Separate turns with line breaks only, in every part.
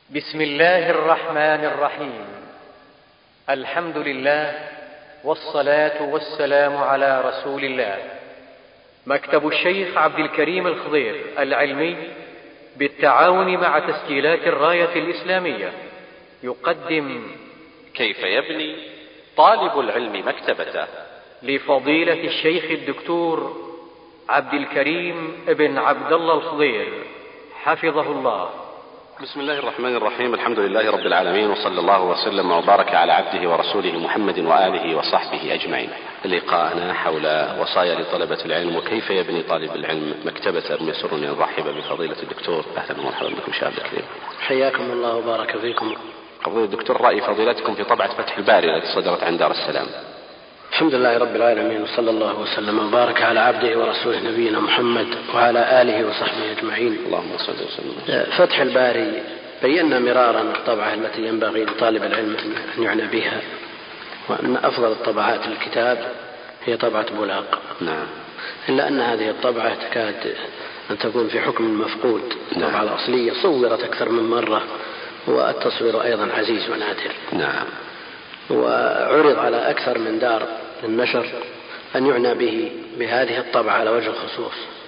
بسم الله الرحمن الرحيم. الحمد لله والصلاة والسلام على رسول الله. مكتب الشيخ عبد الكريم الخضير العلمي بالتعاون مع تسجيلات الراية الإسلامية يقدم
كيف يبني طالب العلم مكتبته
لفضيلة الشيخ الدكتور عبد الكريم بن عبد الله الخضير حفظه الله.
بسم الله الرحمن الرحيم. الحمد لله رب العالمين، وصلى الله وسلم وبارك على عبده ورسوله محمد وآله وصحبه أجمعين. لقاءنا حول وصايا لطلبة العلم وكيف يبني طالب العلم مكتبة. يسرني أن أرحب بفضيلة الدكتور. أهلا ومرحبا بكم شاب الكريم.
حياكم الله وبارك فيكم.
فضيلة الدكتور، رأي فضيلتكم في طبعة فتح الباري التي صدرت عن دار السلام.
الحمد لله رب العالمين، وصلى الله وسلم وبارك على عبده ورسوله نبينا محمد وعلى آله وصحبه أجمعين.
اللهم صل وسلم.
فتح الباري بينا مرارا الطبعة التي ينبغي لطالب العلم أن يعنى بها، وأن أفضل الطبعات للكتاب هي طبعة بولاق.
نعم.
إلا أن هذه الطبعة تكاد أن تكون في حكم المفقود. الطبعة الأصلية صورت أكثر من مرة، والتصوير أيضا عزيز ونادر.
نعم.
وعرض على أكثر من دار للنشر أن يعنى بهذه الطبعة على وجه الخصوص،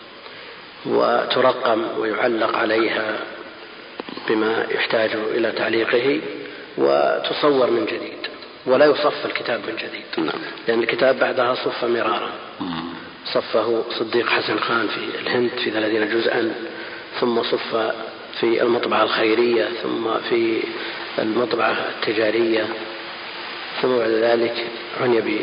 وترقم ويعلق عليها بما يحتاج إلى تعليقه، وتصور من جديد، ولا يصف الكتاب من جديد. لأن الكتاب بعدها صف مرارا. صفه صديق حسن خان في الهند في 30 جزءا، ثم صف في المطبعة الخيرية، ثم في المطبعة التجارية، ثم بعد ذلك عني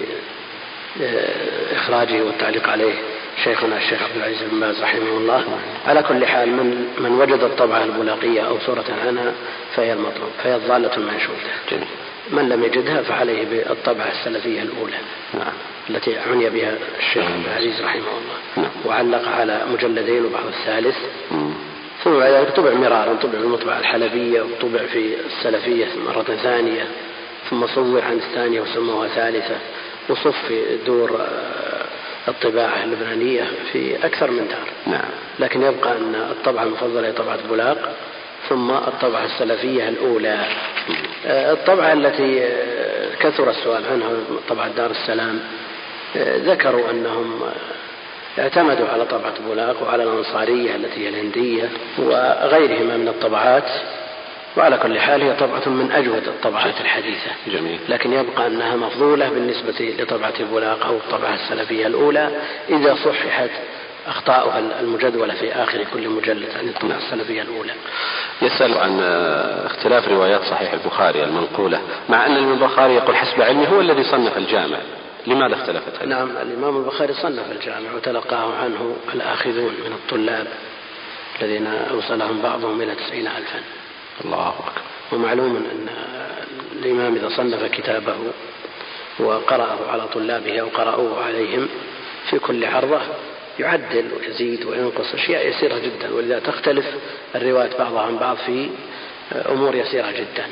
بإخراجه والتعليق عليه شيخنا الشيخ عبد العزيز بن باز رحمه الله. على كل حال من وجد الطبعة البولاقية أو صورة عنها فهي المطلوب، فهي الضالة المنشودة. من لم يجدها فعليه بالطبعة السلفية الأولى التي عني بها الشيخ عبد العزيز رحمه الله، وعلق على مجلدين وبعض الثالث. ثم بعد ذلك طبع مرارا، طبع في المطبعة الحلبية، وطبع في السلفية مرة ثانية، ثم صور عن الثانية وسموها ثالثة، وصف في دور الطباعة اللبنانية في أكثر من دار. لكن يبقى أن الطبعة المفضلة هي طبعة بولاق، ثم الطبعة السلفية الأولى. الطبعة التي كثر السؤال عنها طبعة دار السلام، ذكروا أنهم اعتمدوا على طبعة بولاق وعلى الأنصارية التي هي الهندية وغيرهما من الطبعات، وعلى كل حال هي طبعة من أجود الطبعات الحديثة.
جميل.
لكن يبقى أنها مفضولة بالنسبة لطبعة بولاق أو الطبعة السلفية الأولى إذا صححت أخطاؤها المجدولة في آخر كل مجلد عن الطبعة السلفية الأولى.
يسأل عن اختلاف روايات صحيح البخاري المنقولة، مع أن البخاري يقول حسب علمي هو الذي صنف الجامع، لماذا اختلفت هذه؟
نعم، الإمام البخاري صنف الجامع وتلقاه عنه الآخذون من الطلاب الذين أوصلهم بعضهم إلى 90,000.
الله أكبر.
ومعلوم أن الإمام إذا صنف كتابه وقرأه على طلابه أو قرأوه عليهم في كل عرضة يعدل ويزيد وينقص أشياء يسيرة جدا، ولذا تختلف الروايات بعضها عن بعض في أمور يسيرة جدا.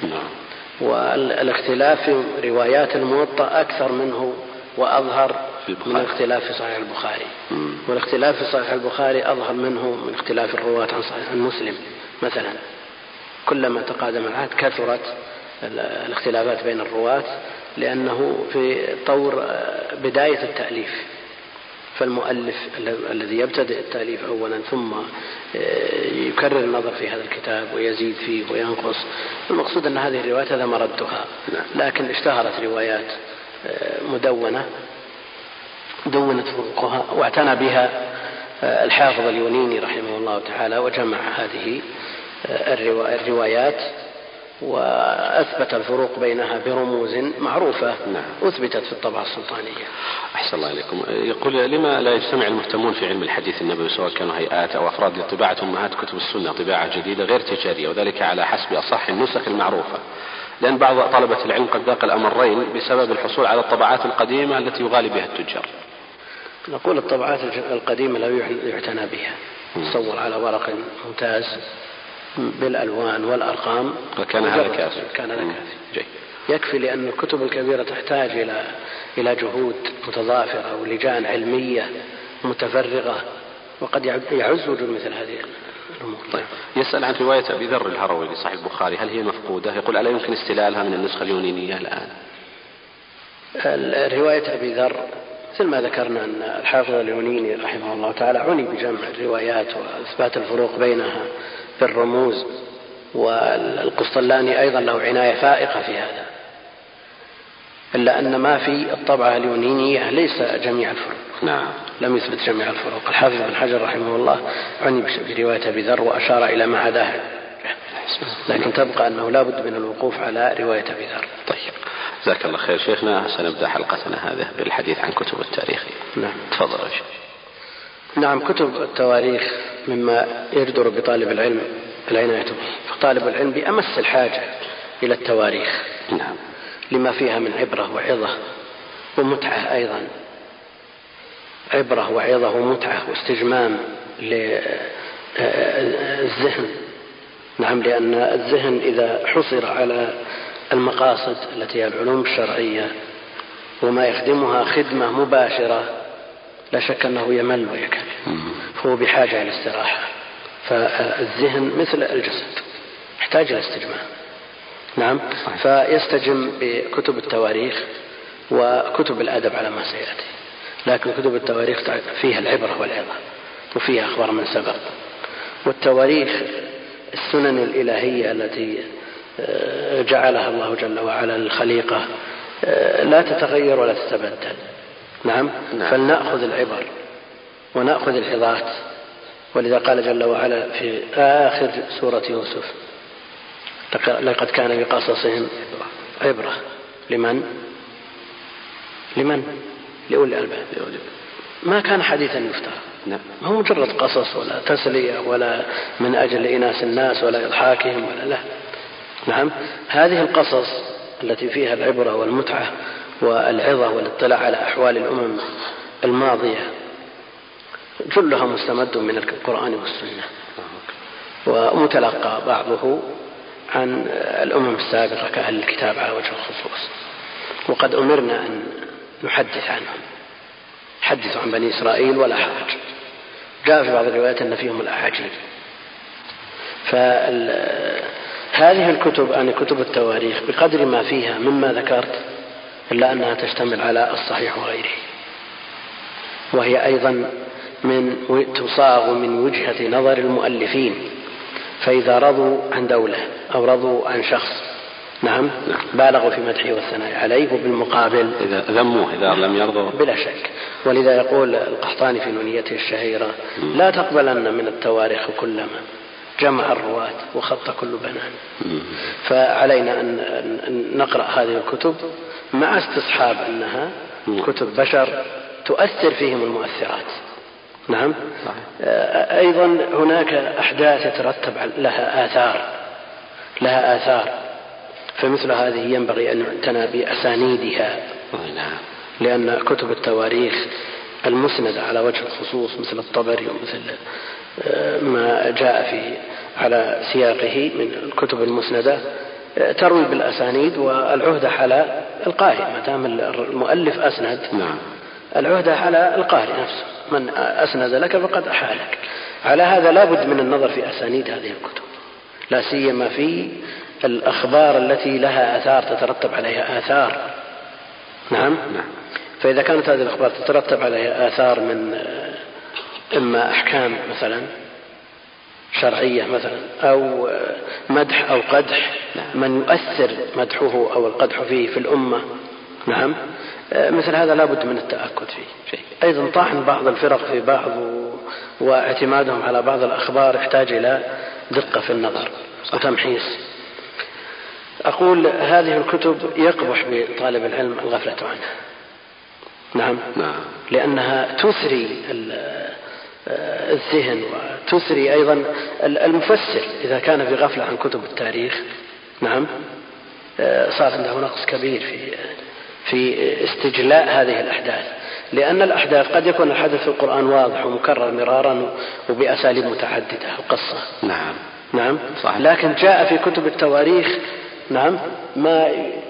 والاختلاف في روايات الموطأ أكثر منه وأظهر من الاختلاف في صحيح البخاري. والاختلاف في صحيح البخاري أظهر منه من اختلاف الرواة عن مسلم مثلا. كلما تقادم العهد كثرت الاختلافات بين الرواة، لأنه في طور بداية التأليف، فالمؤلف الذي يبتدئ التأليف أولا ثم يكرر النظر في هذا الكتاب ويزيد فيه وينقص. المقصود أن هذه الروايات هذا مردها، لكن اشتهرت روايات مدونة دونت فروقها، واعتنى بها الحافظ اليونيني رحمه الله تعالى، وجمع هذه الروايات وأثبت الفروق بينها برموز معروفة أثبتت في الطبعة السلطانية.
أحسن الله عليكم. يقول لما لا يجتمع المهتمون في علم الحديث النبوي سواء كانوا هيئات أو أفراد لطباعة أمهات كتب السنة طباعة جديدة غير تجارية، وذلك على حسب أصح النسخ المعروفة، لأن بعض طلبة العلم قد ذاق الأمرين بسبب الحصول على الطبعات القديمة التي يغالي بها التجار.
نقول الطبعات القديمة لا يعتنى بها، تصور على ورق ممتاز بالألوان والأرقام
وكان هذا كافي.
يكفي، لأن الكتب الكبيرة تحتاج إلى جهود متضافرة ولجان علمية متفرغة، وقد يعز وجود مثل هذه الأمور.
طيب. يسأل عن رواية أبي ذر الهروي لصحيح البخاري، هل هي مفقودة؟ يقول ألا يمكن استلالها من النسخة اليونانية الآن؟
رواية أبي ذر مثل ما ذكرنا أن الحافظ اليوناني رحمه الله تعالى عني بجمع الروايات وإثبات الفروق بينها في الرموز، والقسطلاني أيضا له عناية فائقة في هذا، إلا أن ما في الطبعة اليونانية ليس جميع الفروق.
نعم.
لم يثبت جميع الفروق. الحافظ بن حجر رحمه الله عني برواية أبي ذر وأشار إلى ما عداها، لكن تبقى أنه لا بد من الوقوف على رواية أبي ذر.
طيب، جزاك الله خير شيخنا. سنبدأ حلقتنا هذه بالحديث عن كتب التاريخ.
نعم.
تفضل يا شيخ.
نعم، كتب التواريخ مما يجدر بطالب العلم العناية به، فطالب العلم بأمس الحاجة إلى التواريخ.
نعم.
لما فيها من عبرة وعظة ومتعة، أيضا عبرة وعظة ومتعة واستجمام للذهن. نعم، لأن الذهن إذا حصر على المقاصد التي هي العلوم الشرعية وما يخدمها خدمة مباشرة لا شك أنه يمل ويكل، فهو بحاجة إلى استراحة. فالذهن مثل الجسد يحتاج إلى استجمام. نعم. فيستجم بكتب التواريخ وكتب الأدب على ما سيأتي، لكن كتب التواريخ فيها العبرة والعظة وفيها أخبار من سبق. والتواريخ السنن الإلهية التي جعلها الله جل وعلا للخليقة لا تتغير ولا تتبدل. نعم. فلنأخذ العبر ونأخذ العظات، ولذا قال جل وعلا في آخر سورة يوسف: لقد كان بقصصهم عبرة لمن لأولي الألباب. ما كان حديثا يفترى، ما هو مجرد قصص ولا تسلية ولا من أجل إناس الناس ولا إضحاكهم ولا لا. نعم. هذه القصص التي فيها العبرة والمتعة والعظة والاطلاع على أحوال الأمم الماضية كلها مستمد من القرآن والسنة، ومتلقى بعضه عن الأمم السابقة كأهل الكتاب على وجه الخصوص. وقد أمرنا أن نحدث عنهم، حدث عن بني إسرائيل ولا حرج. جاء في بعض الروايات أن فيهم الأعاجيب. فهذه الكتب أن كتب التواريخ بقدر ما فيها مما ذكرت، إلا أنها تشتمل على الصحيح وغيره، وهي أيضا تصاغ من وجهة نظر المؤلفين. فإذا رضوا عن دولة أو رضوا عن شخص، نعم، بالغوا في مدحه والثناء عليه، وبالمقابل
إذا ذموه إذا لم يرضوا
بلا شك. ولذا يقول القحطاني في نونيته الشهيرة: لا تقبلن من التواريخ كلما جمع الرواة وخط كل بنان. فعلينا أن نقرأ هذه الكتب مع استصحاب أنها كتب بشر تؤثر فيهم المؤثرات. نعم. أيضا هناك أحداث يترتب لها آثار، فمثل هذه ينبغي أن يعتنى بأسانيدها، لأن كتب التواريخ المسندة على وجه الخصوص مثل الطبري ومثل ما جاء على سياقه من الكتب المسندة تروي بالأسانيد، والعهدة على القارئ. ما دام المؤلف أسند، العهدة على القارئ نفسه، من أسند لك فقد أحالك. على هذا لا بد من النظر في أسانيد هذه الكتب، لا سيما في الأخبار التي لها آثار تترتب عليها آثار. نعم. فإذا كانت هذه الأخبار تترتب عليها آثار من إما أحكام مثلا شرعية مثلا، أو مدح أو قدح من يؤثر مدحه أو القدح فيه في الأمة، نعم، مثل هذا لا بد من التأكد فيه. أيضا طعن بعض الفرق في بعض واعتمادهم على بعض الأخبار يحتاج إلى دقة في النظر وتمحيص. أقول هذه الكتب يقبح بطالب العلم الغفلة عنها. نعم. لأنها تثري الذهن وتثري أيضا المفسر إذا كان في غفلة عن كتب التاريخ. نعم. صار عنده نقص كبير في استجلاء هذه الأحداث، لأن الأحداث قد يكون الحدث في القرآن واضح ومكرر مرارا وبأساليب متعددة القصة. نعم. صحيح. لكن جاء في كتب التواريخ، نعم، ما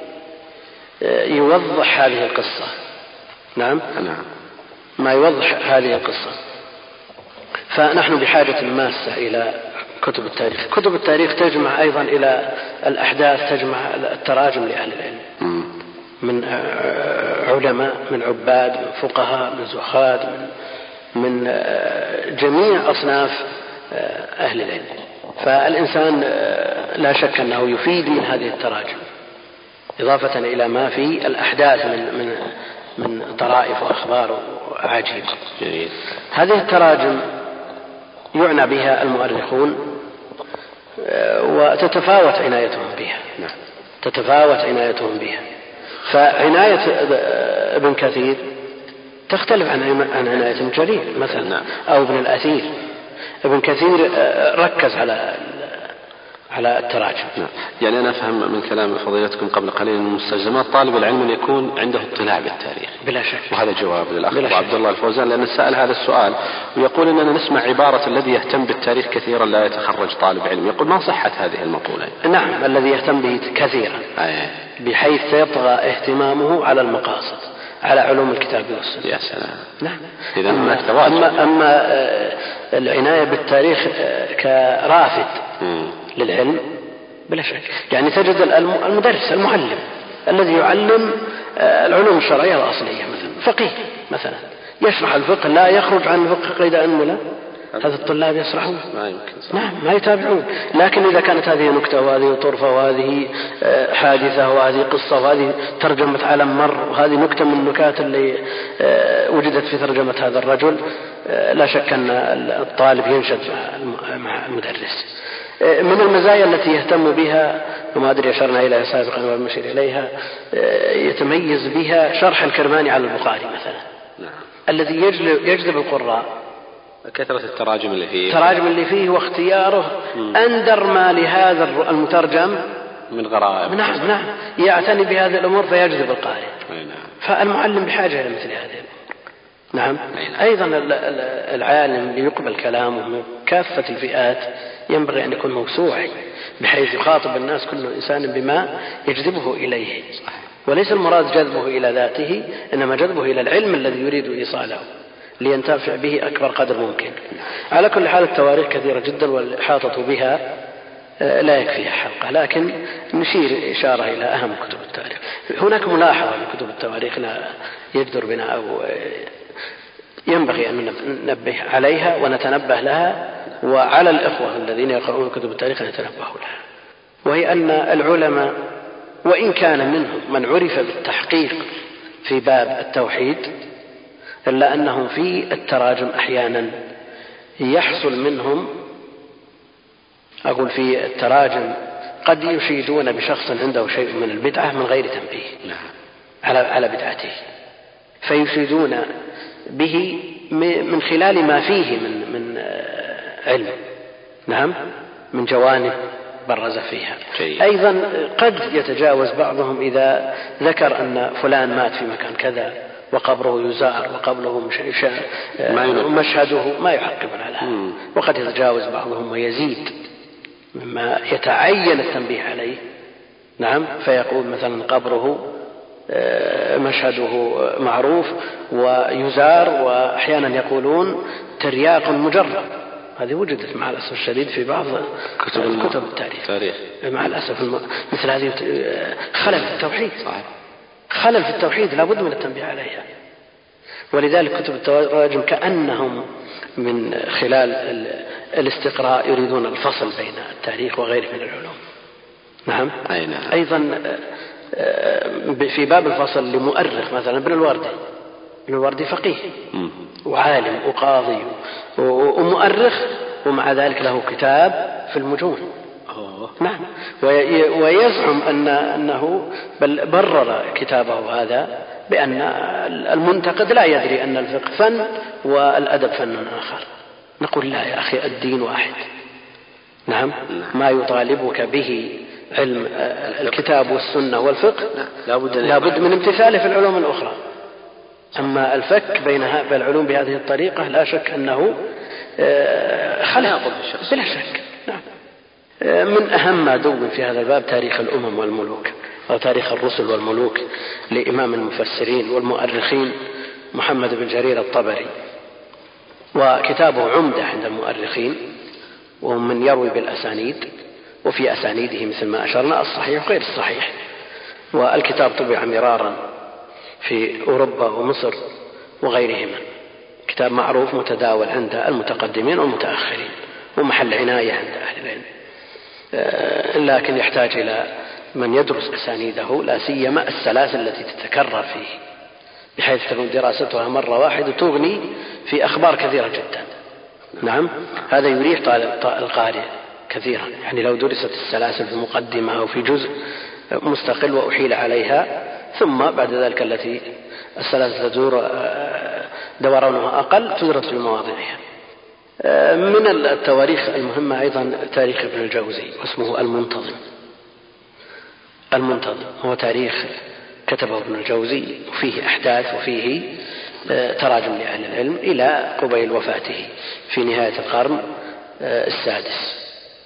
يوضح هذه القصة. نعم. ما يوضح هذه القصة. فنحن بحاجة ماسة إلى كتب التاريخ. كتب التاريخ تجمع أيضا إلى الأحداث، تجمع التراجم لأهل العلم من علماء، من عباد، من فقهاء، من زهاد، من جميع أصناف أهل العلم. فالإنسان لا شك أنه يفيد من هذه التراجم، إضافة إلى ما في الأحداث من طرائف وأخبار عجيبة. هذه التراجم يعنى بها المؤرخون وتتفاوت عنايتهم بها، تتفاوت عنايتهم بها. فعناية ابن كثير تختلف عن عناية ابن جرير مثلا أو ابن الأثير. ابن كثير ركز على التراجم.
يعني أنا أفهم من كلام فضيلتكم قبل قليل أن مستلزمات طالب العلم أن يكون عنده اطلاع بالتاريخ
بلا شك،
وهذا جواب للأخ أبو عبد الله الفوزان، لأن سأل هذا السؤال ويقول أننا نسمع عبارة الذي يهتم بالتاريخ كثيرا لا يتخرج طالب علم. يقول ما صحة هذه المقولة؟
نعم، الذي يهتم به كثيرا بحيث سيطغى اهتمامه على المقاصد، على علوم الكتاب والسنة.
يا سلام.
نعم.
إذا هناك تواجد.
أما العناية بالتاريخ كرافد للعلم بلا شك، يعني تجد المدرس المعلم الذي يعلم العلوم الشرعية الأصلية مثلا فقيه مثلا يشرح الفقه لا يخرج عن الفقه قيد أنملة، هذا الطلاب يسرحون
ما يمكن.
نعم ما يتابعون. لكن إذا كانت هذه نكتة وهذه طرفة وهذه حادثة وهذه قصة وهذه ترجمة عالم مر وهذه نكتة من النكات اللي وجدت في ترجمة هذا الرجل، لا شك أن الطالب ينشد مع المدرس. من المزايا التي يهتم بها وما أدري أشرنا إليها سابقا والمشير إليها يتميز بها شرح الكرماني على البخاري مثلا. الذي يجذب القراء
كثرة التراجم اللي فيه
واختياره أندر ما لهذا المترجم
من غرائب.
نعم يعتني بهذه الأمور فيجذب القارئ. فالمعلم بحاجة إلى مثل هذه الأمور. نعم. أيضا العالم ليقبل كلامه من كافة الفئات ينبغي أن يكون موسوعي بحيث يخاطب الناس كل إنسان بما يجذبه إليه، وليس المراد جذبه إلى ذاته، إنما جذبه إلى العلم الذي يريد إيصاله لينتفع به أكبر قدر ممكن. على كل حال التواريخ كثيرة جدا والإحاطة بها لا يكفيها حلقة، لكن نشير إشارة إلى أهم كتب التاريخ. هناك ملاحظة لكتب التواريخ لا يجدر بنا أو ينبغي أن ننبه عليها ونتنبه لها، وعلى الإخوة الذين يقرؤون كتب التاريخ أن يتنبهوا لها، وهي أن العلماء وإن كان منهم من عرف بالتحقيق في باب التوحيد، إلا أنهم في التراجم أحيانا يحصل منهم، أقول في التراجم قد يشيدون بشخص عنده شيء من البدعة من غير تنبيه على بدعته، فيشيدون به من خلال ما فيه من علم، نعم، من جوانب برز فيها. أيضا قد يتجاوز بعضهم إذا ذكر أن فلان مات في مكان كذا وقبره يزار وقبله مشهده ما يعقبون على، وقد يتجاوز بعضهم ويزيد مما يتعين التنبيه عليه، نعم، فيقول مثلا قبره مشهده معروف ويزار، وأحيانا يقولون ترياق مجرب. هذه وجدت مع الأسف الشديد في بعض كتب التاريخ مع الأسف. مثل هذه خلل في التوحيد، خلل في التوحيد لا بد من التنبيه عليها. ولذلك كتب التراجم كأنهم من خلال الاستقراء يريدون الفصل بين التاريخ وغيره من العلوم. نعم. أيضا في باب الفصل لمؤرخ مثلا ابن الوردي فقيه وعالم وقاضي ومؤرخ، ومع ذلك له كتاب في المجون. نعم. ويزعم أنه بل برر كتابه هذا بأن المنتقد لا يدري أن الفقه فن والأدب فن آخر. نقول لا يا أخي، الدين واحد. نعم. ما يطالبك به علم الكتاب والسنة والفقه لا بد من امتثاله في العلوم الأخرى. أما الفك بين العلوم بهذه الطريقة لا شك أنه خلل بلا شك. نعم. من أهم ما دون في هذا الباب تاريخ الأمم والملوك، أو تاريخ الرسل والملوك لإمام المفسرين والمؤرخين محمد بن جرير الطبري وكتابه عمدة عند المؤرخين، وهم من يروي بالأسانيد، وفي أسانيده مثل ما أشرنا الصحيح وغير الصحيح. والكتاب طبع مرارا في أوروبا ومصر وغيرهما، كتاب معروف متداول عند المتقدمين والمتأخرين ومحل عناية عند أهل العلم، لكن يحتاج إلى من يدرس أسانيده، لا سيما السلاسل التي تتكرر فيه، بحيث تكون دراستها مرة واحدة تغني في أخبار كثيرة جدا. نعم، هذا يريح القارئ كثيرا. يعني لو درست السلاسل في مقدمة أو في جزء مستقل وأحيل عليها، ثم بعد ذلك التي السلاسل تدور دورانها أقل تدرس في مواضعها. من التواريخ المهمة أيضا تاريخ ابن الجوزي، واسمه المنتظم. هو تاريخ كتبه ابن الجوزي، وفيه أحداث وفيه تراجم لأهل العلم إلى قبيل وفاته في نهاية القرن السادس.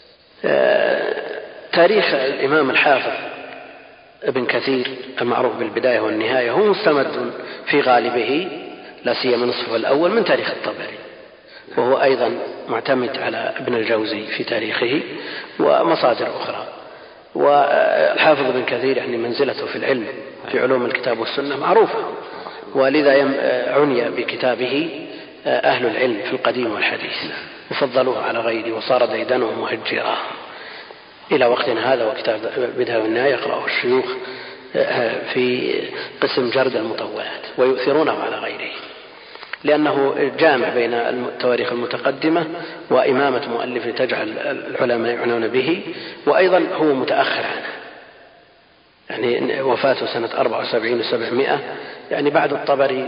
تاريخ الإمام الحافظ ابن كثير المعروف بالبداية والنهاية هو مستمد في غالبه، لا سيما نصفه الأول، من تاريخ الطبري، وهو أيضا معتمد على ابن الجوزي في تاريخه ومصادر أخرى. والحافظ ابن كثير يعني منزلته في العلم في علوم الكتاب والسنة معروفة، ولذا عني بكتابه أهل العلم في القديم والحديث، وفضلوه على غيره، وصار ديدنهم وهجرا إلى وقتنا هذا. وكتاب بداية والنهاية يقرأه الشيوخ في قسم جرد المطولات ويؤثرونه على غيره، لأنه جامع بين التواريخ المتقدمة وإمامة مؤلف تجعل العلماء يعنون به، وأيضا هو متأخر عنه، يعني وفاته سنة 74 و700، يعني بعد الطبري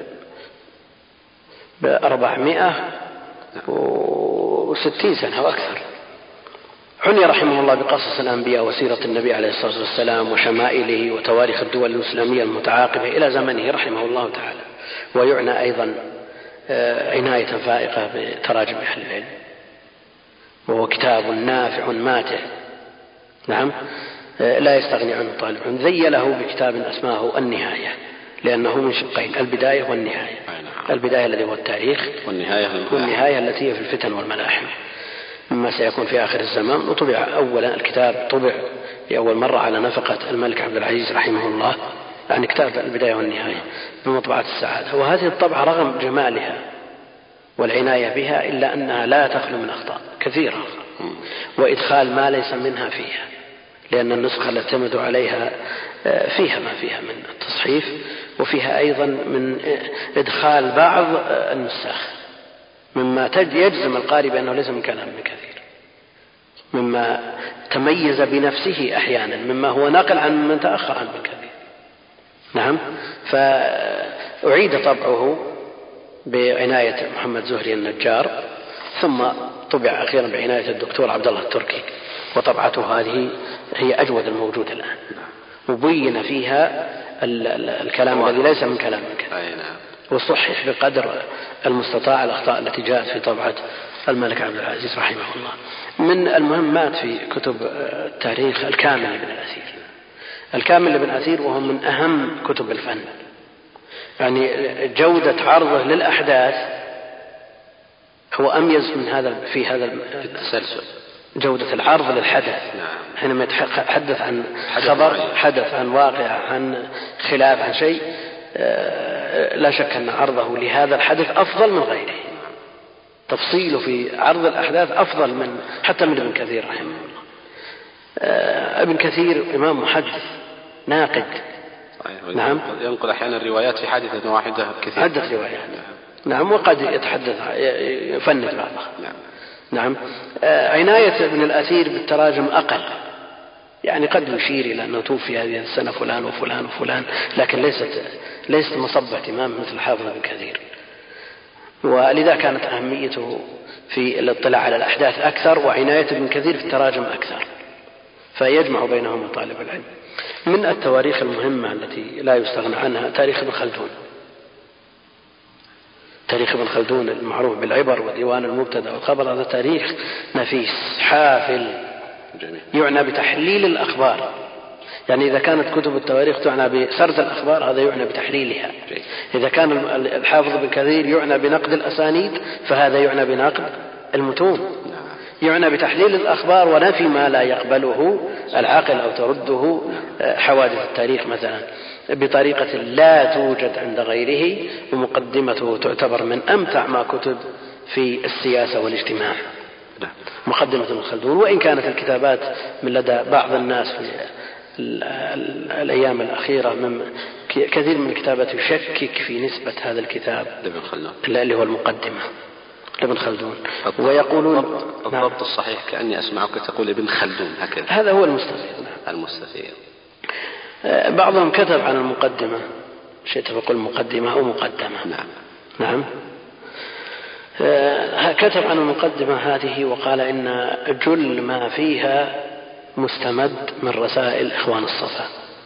ب460 سنة وأكثر. عني رحمه الله بقصص الأنبياء وسيرة النبي عليه الصلاة والسلام وشمائله وتواريخ الدول الإسلامية المتعاقبة إلى زمنه رحمه الله تعالى. ويعنى أيضا عناية فائقة بتراجم أهل العلم، وهو كتاب نافع ماتع. نعم، لا يستغني عنه طالب. ذيله بكتاب أسماه النهاية، لأنه من شقين، البداية والنهاية. البداية الذي هو التاريخ، والنهاية التي هي في الفتن والملاحم مما سيكون في آخر الزمان. وطبع أولا الكتاب طبع لأول مرة على نفقة الملك عبد العزيز رحمه الله، يعني كتاب البداية والنهاية بمطبعة السعادة. وهذه الطبعة رغم جمالها والعناية بها إلا أنها لا تخلو من أخطاء كثيرة، وإدخال ما ليس منها فيها، لأن النسخة التي اعتمدوا عليها فيها ما فيها من التصحيف، وفيها أيضا من إدخال بعض النسخ مما يجزم القارئ بأنه ليس من كلام ابن كثير، مما تميز بنفسه أحيانا، مما هو ناقل عن من تأخر عن ابن كثير. نعم، فأعيد طبعه بعناية محمد زهري النجار، ثم طبع أخيرا بعناية الدكتور عبد الله التركي، وطبعته هذه هي أجود الموجود الآن، وبين فيها الكلام الذي ليس من كلام وصحح بقدر المستطاع الأخطاء التي جاءت في طبعة الملك عبد العزيز رحمه الله. من المهمات في كتب التاريخ الكامل لابن الأثير. الكامل لابن الأثير وهو من أهم كتب الفن، يعني جودة عرضه للأحداث هو أميز من هذا في هذا التسلسل. جودة العرض للحدث، حينما يتحدث عن خبر حدث، عن واقع، عن خلاف، عن شيء، لا شك أن عرضه لهذا الحدث أفضل من غيره. تفصيله في عرض الأحداث أفضل من حتى من ابن كثير رحمه الله. ابن كثير إمام محدث ناقد. نعم،
ينقل أحيانا الروايات في حادثة واحدة كثير،
عدة روايات. نعم، وقد يتحدث يفند بعضها. نعم. عناية ابن الأثير بالتراجم أقل، يعني قد يشير إلى أنه توفي هذه السنة فلان وفلان وفلان، لكن ليست مصب اهتمام مثل حافظ ابن كثير. ولذا كانت أهميته في الاطلاع على الأحداث أكثر، وعناية ابن كثير في التراجم أكثر، فيجمع بينهما طالب العلم. من التواريخ المهمة التي لا يستغنى عنها تاريخ ابن خلدون. تاريخ ابن خلدون المعروف بالعبر وديوان المبتدأ والخبر، هذا تاريخ نفيس حافل، يعنى بتحليل الأخبار يعني إذا كانت كتب التواريخ تعنى بسرد الأخبار هذا يعنى بتحليلها. إذا كان الحافظ بن كثير يعنى بنقد الأسانيد فهذا يعنى بنقد المتون. يعنى بتحليل الأخبار ونفي ما لا يقبله العقل أو ترده حوادث التاريخ مثلا بطريقة لا توجد عند غيره، ومقدمته تعتبر من أمتع ما كتب في السياسة والاجتماع، مقدمة ابن خلدون. وإن كانت الكتابات من لدى بعض الناس في الأيام الأخيرة كثير من الكتابات يشكك في نسبة هذا الكتاب اللي هو المقدمة لابن خلدون، ويقولون
الضبط الصحيح كأني أسمعك تقول ابن خلدون هكذا.
هذا هو المستفيد.
المستفيد.
بعضهم كتب عن المقدمة شيء تقول مقدمة أو مقدمة. نعم. كتب عن المقدمة هذه وقال إن جل ما فيها مستمد من رسائل إخوان الصفا،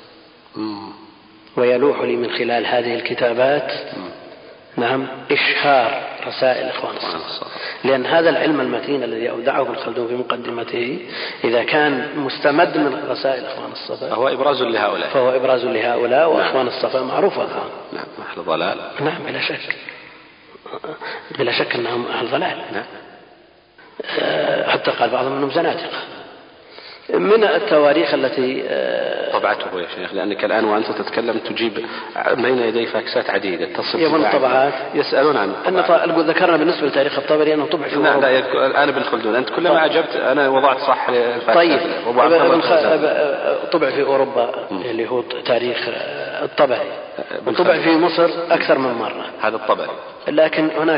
ويلوح لي من خلال هذه الكتابات نعم إشهار رسائل إخوان الصفا، لأن هذا العلم المتين الذي أودعه ابن خلدون في مقدمته إذا كان مستمد من رسائل إخوان الصفا
فهو إبراز لهؤلاء
وإخوان الصفا معروفة.
نعم. أهل ضلال.
نعم بلا شك أنهم أهل ضلال. حتى قال بعضهم أنهم زنادقة. من التواريخ التي
طبعته يا شيخ، لأنك الآن وأنت تتكلم تجيب بين يدي فاكسات عديدة تصل
الطبعات
يسألون عنه.
ذكرنا بالنسبة لتاريخ الطبري أنه طبع في أوروبا.
لا يذكر الآن ابن خلدون. أنت كلما أجبت أنا وضعت صح الفاكسات.
طيب طبع في أوروبا اللي هو تاريخ الطبري، وطبع في مصر أكثر من مرة
هذا الطبري،
لكن هناك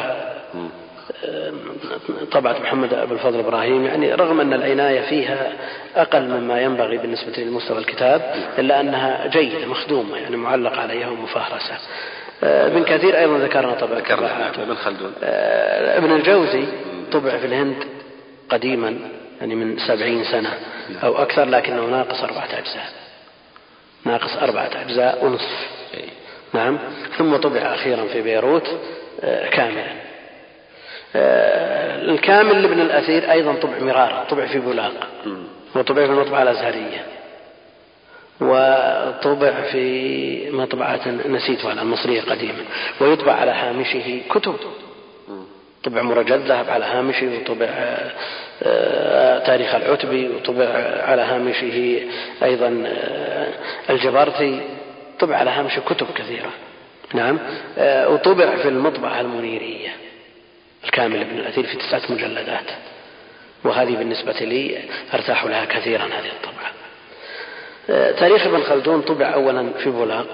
طبعة محمد أبو الفضل إبراهيم، يعني رغم أن العناية فيها أقل مما ينبغي بالنسبة لمستوى الكتاب إلا أنها جيدة مخدومة، يعني معلق عليها ومفهرسة. ابن كثير أيضا ذكرنا
ابن خلدون.
ابن الجوزي طبع في الهند قديما يعني من 70 سنة أو أكثر، لكنه ناقص 4 أجزاء ونصف. نعم. ثم طبع أخيرا في بيروت كاملا. الكامل لابن الأثير أيضا طبع مرارا، طبع في بولاق، وطبع في المطبعة الأزهرية، وطبع في مطبعة نسيتها المصرية قديما، ويطبع على هامشه كتب، طبع مرجل ذهب على هامشه، وطبع تاريخ العتبي، وطبع على هامشه أيضا الجبرتي، طبع على هامشه كتب كثيرة. نعم. وطبع في المطبعة المنيرية الكامل ابن الأثير في 9 مجلدات، وهذه بالنسبة لي أرتاح لها كثيرا هذه الطبعة. تاريخ ابن خلدون طبع أولا في بولاق،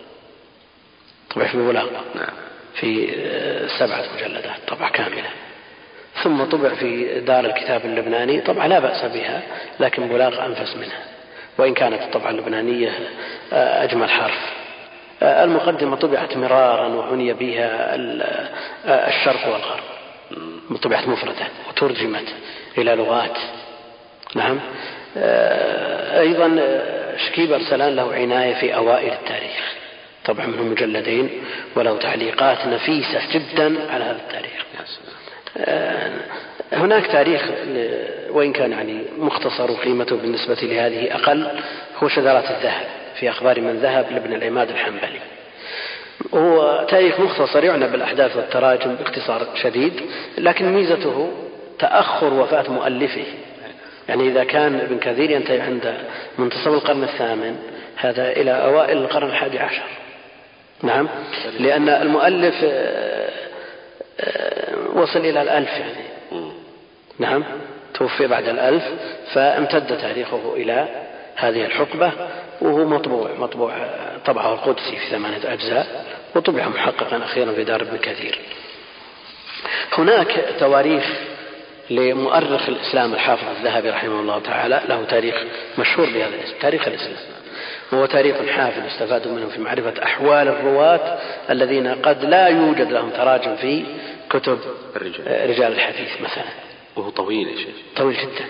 في 7 مجلدات طبعة كاملة، ثم طبع في دار الكتاب اللبناني طبعة لا بأس بها، لكن بولاق أنفس منها، وإن كانت الطبعة اللبنانية أجمل حرف. المقدمة طبعت مرارا وعني بها الشرق والغرب، طبعت مفردة وترجمت إلى لغات. نعم. أيضا شكيب أرسلان له عناية في أوائل التاريخ، طبعا منه مجلدين، وله تعليقات نفيسة جدا على هذا التاريخ. هناك تاريخ وإن كان يعني مختصر وقيمته بالنسبة لهذه أقل، هو شذرات الذهب في أخبار من ذهب لابن العماد الحنبلي. هو تاريخ مختصر يعنى بالأحداث والتراجم باختصار شديد، لكن ميزته تأخر وفاة مؤلفه. يعني إذا كان ابن كثير ينتهي عند منتصف القرن 8 هذا إلى أوائل القرن 11. نعم. لأن المؤلف وصل إلى 1000 يعني. نعم. توفي بعد 1000، فامتد تاريخه إلى هذه الحقبة، وهو مطبوع طبعه القدسي في 8 أجزاء، وطبع محققا أخيرا في دار ابن كثير. هناك تواريخ لمؤرخ الإسلام الحافظ الذهبي رحمه الله تعالى، له تاريخ مشهور بهذا الاسم، تاريخ الإسلام، وهو تاريخ حافل استفادوا منه في معرفة أحوال الرواة الذين قد لا يوجد لهم تراجم في كتب رجال الحديث مثلا.
وهو طويل يا شيخ،
طويل جدا.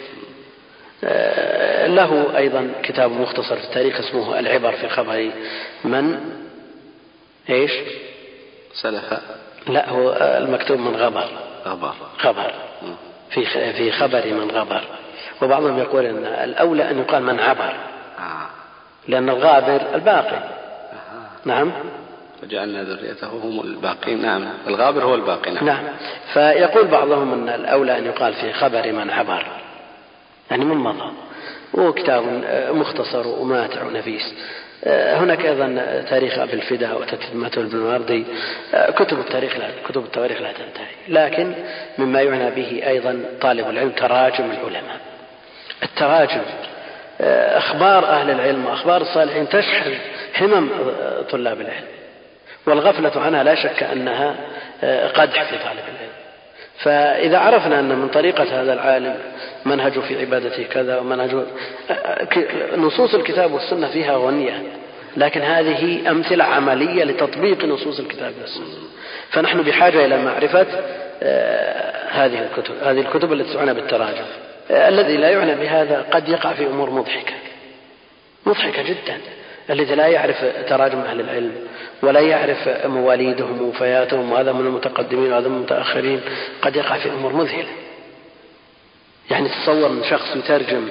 له أيضا كتاب مختصر في التاريخ اسمه العبر في خبر من إيش
سلف.
لا، هو المكتوب من غبر في خبر من غبر، وبعضهم يقول أن الأولى أن يقال من عبر، لأن الغابر الباقي. نعم.
فجعلنا ذريته هم الباقين. نعم الغابر هو الباقي.
نعم. فيقول بعضهم أن الأولى أن يقال في خبر من عبر يعني من مضى، وكتاب مختصر وماتع ونفيس. هناك أيضا تاريخ أبي الفداء وتتمة البنواردي. كتب التواريخ لا تنتهي، لكن مما يعنى به أيضا طالب العلم تراجم العلماء. التراجم أخبار أهل العلم وأخبار الصالحين تشحن همم طلاب العلم، والغفلة عنها لا شك أنها قدح في طالب العلم. فإذا عرفنا أن من طريقة هذا العالم منهج في عبادته كذا ومنهج، نصوص الكتاب والسنة فيها غنية، لكن هذه أمثلة عملية لتطبيق نصوص الكتاب والسنة. فنحن بحاجة إلى معرفة هذه الكتب التي تعنى بالتراجم. الذي لا يعنى بهذا قد يقع في أمور مضحكة جدا. الذي لا يعرف تراجم أهل العلم ولا يعرف مواليدهم ووفياتهم، وهذا من المتقدمين وهذا من المتأخرين، قد يقع في أمور مذهلة. يعني تصور من شخص يترجم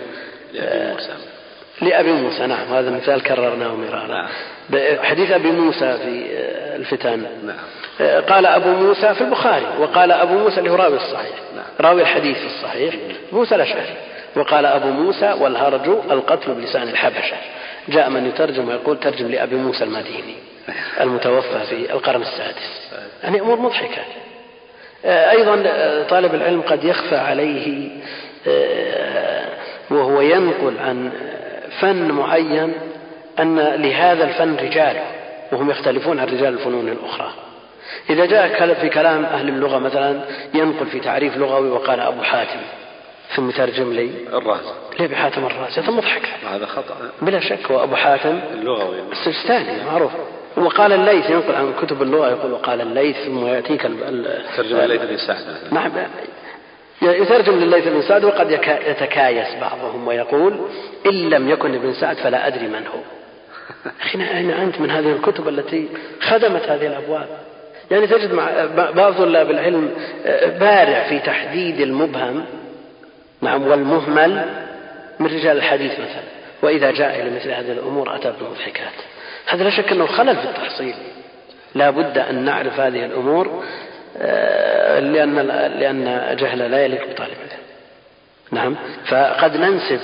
لأبي موسى. نعم هذا مثال كررناه مرارا. حديث أبي موسى في الفتن قال أبو موسى في البخاري، وقال أبو موسى اللي هو راوي الصحيح، راوي الحديث في الصحيح موسى الأشعري، وقال أبو موسى والهرج القتل بلسان الحبشة. جاء من يترجم ويقول ترجم لأبي موسى المديني المتوفى في القرن السادس. يعني أمور مضحكة. أيضا طالب العلم قد يخفى عليه وهو ينقل عن فن معين أن لهذا الفن رجال وهم يختلفون عن رجال الفنون الأخرى. إذا جاء في كلام أهل اللغة مثلا ينقل في تعريف لغوي وقال أبو حاتم ثم ترجم لي
الرازي
ليه بحاتم الرازي، هذا مضحك،
هذا خطأ
بلا شك. وأبو حاتم
اللغوي
السجستاني معروف. وقال الليث ينقل عن كتب اللغة يقول وقال الليث ثم يأتيك
ترجم الليث بن سعد.
نعم يترجم لليث بن سعد، وقد يتكايس بعضهم ويقول إن لم يكن ابن سعد فلا أدري من هو. أخينا أين أنت من هذه الكتب التي خدمت هذه الأبواب؟ يعني تجد مع بعض طلاب العلم بارع في تحديد المبهم نعم والمهمل من رجال الحديث مثلا، وإذا جاء إلى مثل هذه الأمور أتى بالمضحكات. هذا لا شك أنه خلل في التحصيل. لا بد أن نعرف هذه الأمور لأن جهل لا يليق بطالب العلم. نعم. فقد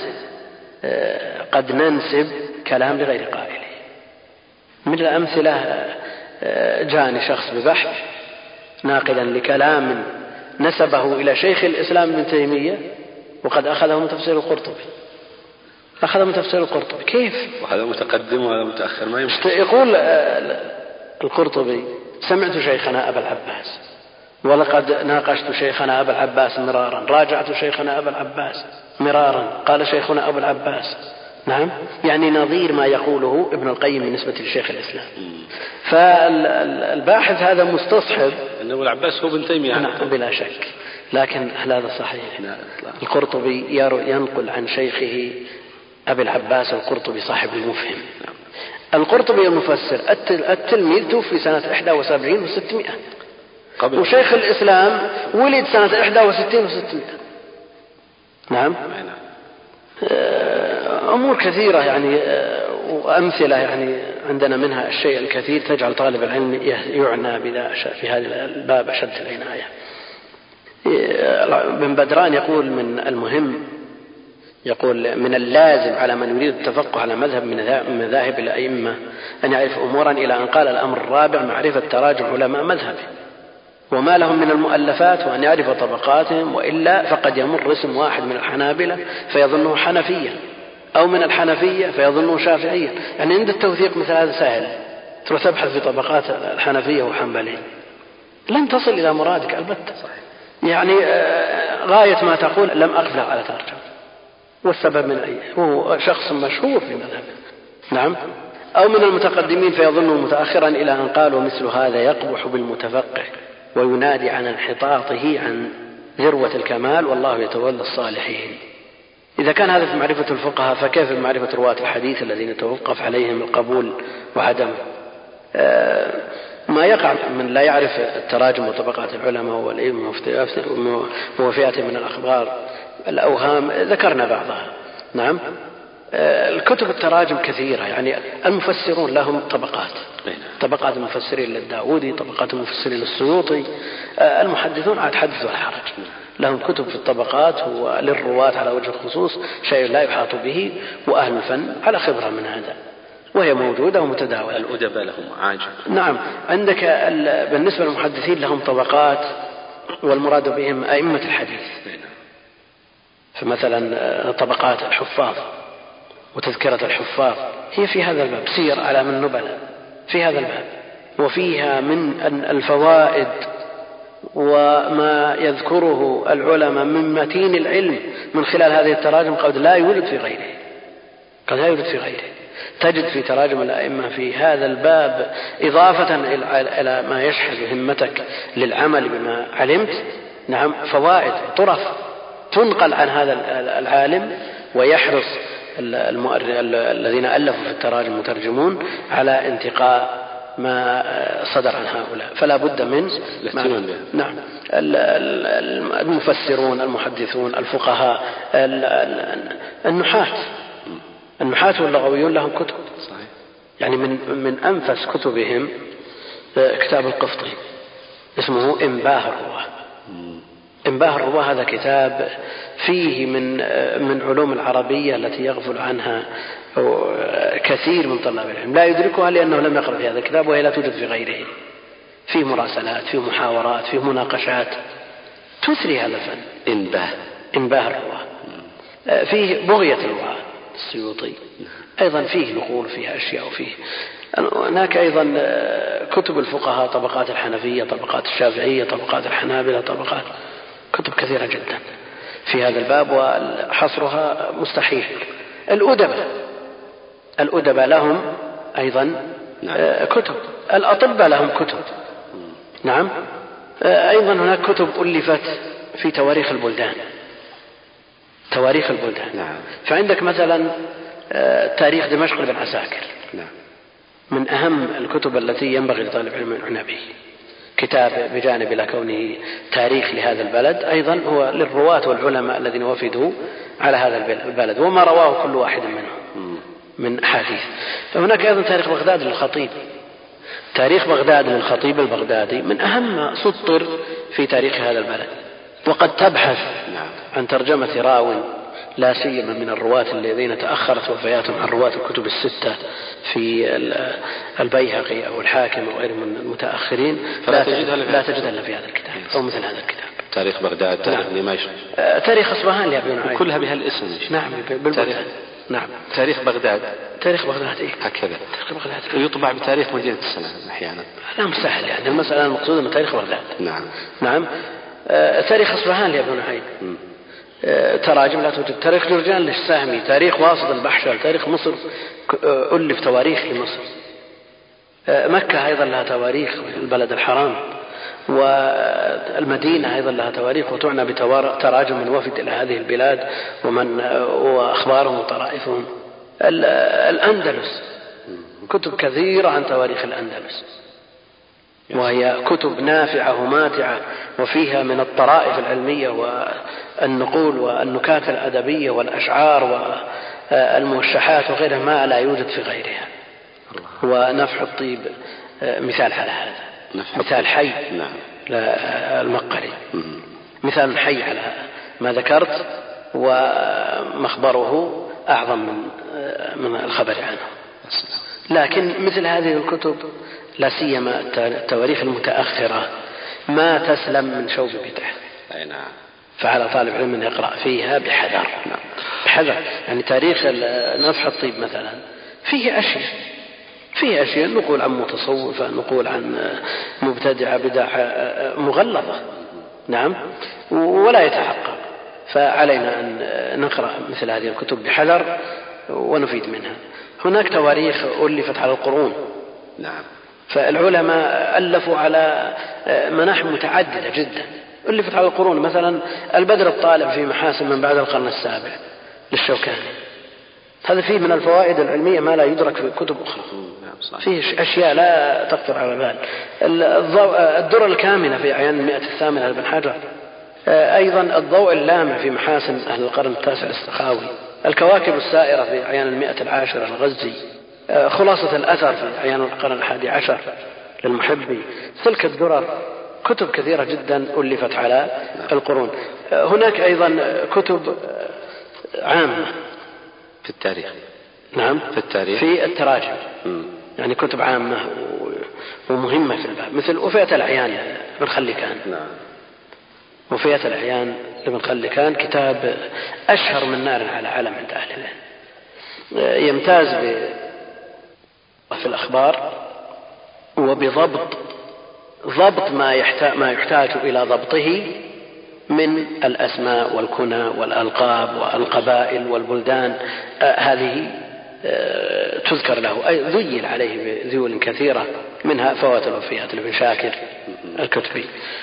ننسب كلام لغير قائله. من الأمثلة جاءني شخص ببحث ناقلا لكلام نسبه إلى شيخ الإسلام ابن تيمية وقد أخذه من تفسير القرطبي. كيف؟
وهذا متقدم وهذا متأخر ما يمكن.
يقول القرطبي سمعت شيخنا أبا العباس ولقد ناقشت شيخنا أبا العباس مرارا، راجعت شيخنا أبا العباس مرارا، قال شيخنا أبو العباس. نعم يعني نظير ما يقوله ابن القيم بالنسبة لشيخ الإسلام. فالباحث هذا مستصحب
أن أبو العباس هو ابن تيمية.
نعم بلا شك، لكن هل هذا صحيح؟ القرطبي ينقل عن شيخه أبي العباس القرطبي صاحب المفهم. القرطبي المفسر التلميذ توفي سنة 71 و600 وشيخ الإسلام ولد سنة 61 و600. نعم. أمور كثيرة يعني وأمثلة يعني عندنا منها الشيء الكثير تجعل طالب العلم يعنى بذا في هذا الباب أشد العناية. ابن بدران يقول من المهم، يقول من اللازم على من يريد التفقه على مذهب من مذاهب الأئمة أن يعرف أمورا إلى أن قال الأمر الرابع معرفة تراجع علماء مذهبه وما لهم من المؤلفات وأن يعرف طبقاتهم، وإلا فقد يمر اسم واحد من الحنابلة فيظنه حنفيا أو من الحنفية فيظنه شافعيا. يعني عند التوثيق مثل هذا سهل، تروح تبحث في طبقات الحنفية وحنبلية لن تصل إلى مرادك البتة. يعني غاية ما تقول لم أقف على ترجمة، والسبب من أي هو شخص مشهور في مذهبه. نعم. أو من المتقدمين فيظنه متأخرا إلى أن قالوا مثل هذا يقبح بالمتفقه وينادي عن انحطاطه عن ذروة الكمال والله يتولى الصالحين. إذا كان هذا في معرفة الفقهاء فكيف بمعرفة رواة الحديث الذين يتوقف عليهم القبول وعدم ما يقع من لا يعرف التراجم وطبقات العلماء والعلم وفئات من الأخبار الأوهام ذكرنا بعضها. نعم. الكتب التراجم كثيرة، يعني المفسرون لهم طبقات، طبقات المفسرين للداودي، طبقات المفسرين للسيوطي. المحدثون عاد حدث ولا حرج، لهم كتب في الطبقات، وللرواة على وجه الخصوص شيء لا يحاط به، وأهل الفن على خبرة من هذا، وهي موجودة ومتداولة.
الأدباء لهم عاجب.
نعم، عندك بالنسبة للمحدثين لهم طبقات، والمراد بهم أئمة الحديث. فمثلا طبقات الحفاظ وتذكرة الحفاظ هي في هذا الباب، سير أعلام النبلاء في هذا الباب، وفيها من الفوائد وما يذكره العلماء من متين العلم من خلال هذه التراجم قد لا يوجد في غيره، قد لا يوجد في غيره. تجد في تراجم الأئمة في هذا الباب إضافة إلى ما يشحذ همتك للعمل بما علمت، نعم، فوائد طرف تنقل عن هذا العالم، ويحرص الذين ألفوا في التراجم مترجمون على انتقاء ما صدر عن هؤلاء، فلا بد من نعم المفسرون، المحدثون، الفقهاء، النحاة واللغويون لهم كتب. يعني من أنفس كتبهم كتاب القفطي اسمه إنباه الرواه. إنباه الرواه هذا كتاب فيه من علوم العربية التي يغفل عنها كثير من طلاب العلم، لا يدركها لأنه لم يقرأ في هذا الكتاب، وهي لا توجد في غيره. فيه مراسلات، فيه محاورات، فيه مناقشات تثري هذا الفن. إنباه الرواه. فيه بغية الرواه السيوطي أيضا فيه نقول، فيه أشياء، وفيه هناك أيضا كتب الفقهاء، طبقات الحنفية، طبقات الشافعية، طبقات الحنابلة، طبقات، كتب كثيرة جدا في هذا الباب وحصرها مستحيل. الأدباء لهم أيضا كتب، الأطباء لهم كتب، نعم. أيضا هناك كتب ألفت في تواريخ البلدان، نعم. فعندك مثلا تاريخ دمشق لابن عساكر، نعم، من أهم الكتب التي ينبغي لطالب علم العناية به. كتاب بجانب إلى كونه تاريخ لهذا البلد، أيضا هو للرواة والعلماء الذين وفدوا على هذا البلد وما رواه كل واحد منهم من أحاديث. فهناك أيضا تاريخ بغداد للخطيب. تاريخ بغداد للخطيب البغدادي من أهم ما سطر في تاريخ هذا البلد. وقد تبحث عن ترجمة راو لا سيما من الرواة الذين تأخرت وفياتهم عن رواة الكتب الستة في البيهقي أو الحاكم أو غير من المتأخرين، لا تجدها إلا في هذا الكتاب أو مثل هذا الكتاب.
تاريخ بغداد، تاريخ دمشق،
تاريخ أصبهان لأبي نعيم،
كلها بهالاسم.
نعم، بالبلدان. نعم،
تاريخ بغداد
إيه؟
هكذا. يطبع بتاريخ مدينة السنة أحيانا.
لا مسهل، يعني المسألة المقصودة من تاريخ بغداد. نعم. تاريخ أصبهان لأبي نعيم، تراجم لا توجد. تاريخ جرجان للسهمي، تاريخ واسط البحشر، تاريخ مصر ألف تواريخ لمصر. مكة أيضا لها تواريخ، البلد الحرام، والمدينة أيضا لها تواريخ وتعنى بتراجم من وفد إلى هذه البلاد وأخبارهم وطرائفهم. الأندلس كتب كثيرة عن تواريخ الأندلس، وهي كتب نافعة وماتعة، وفيها من الطرائف العلمية والنقول والنكات الأدبية والأشعار والموشحات وغيرها ما لا يوجد في غيرها. ونفح الطيب مثال على هذا، مثال حي للمقري، مثال حي على ما ذكرت، ومخبره أعظم من الخبر عنه. لكن مثل هذه الكتب لا سيما التواريخ المتأخرة ما تسلم من شوب بدعة، فعلى طالب علم أن يقرأ فيها بحذر. يعني تاريخ نفح الطيب مثلا فيه أشياء نقول عن متصوفة، نقول عن مبتدعة، بدع مغلظة، نعم، ولا يتحقق. فعلينا أن نقرأ مثل هذه الكتب بحذر ونفيد منها. هناك تواريخ ألفت على القرون، نعم، فالعلماء ألفوا على مناحي متعددة جدا، ألفت على القرون. مثلا البدر الطالع في محاسن من بعد القرن السابع للشوكاني، هذا فيه من الفوائد العلمية ما لا يدرك في كتب أخرى، فيه أشياء لا تخطر على بال. الدرة الكامنة في أعيان 108 لابن حجر، أيضا الضوء اللامع في محاسن أهل القرن التاسع السخاوي، الكواكب السائرة في أعيان 110 الغزي، خلاصة الأثر في أعيان القرن 11 للمحبي، سلك الدرر، كتب كثيرة جدا ألفت على القرون. هناك أيضا كتب عامة
في التاريخ.
نعم،
في التاريخ،
في التراجم، يعني كتب عامة ومهمة في الباب، مثل وفية الأعيان لابن خلكان.
نعم.
وفية الأعيان لابن خلكان كتاب أشهر من نار على علم عند أهل العلم، يمتاز في الأخبار وبضبط ما يحتاج إلى ضبطه من الأسماء والكنى والألقاب والقبائل والبلدان، هذه تذكر له، ذيل عليه بذيول كثيرة، منها فوات الوفيات لابن شاكر الكتبي.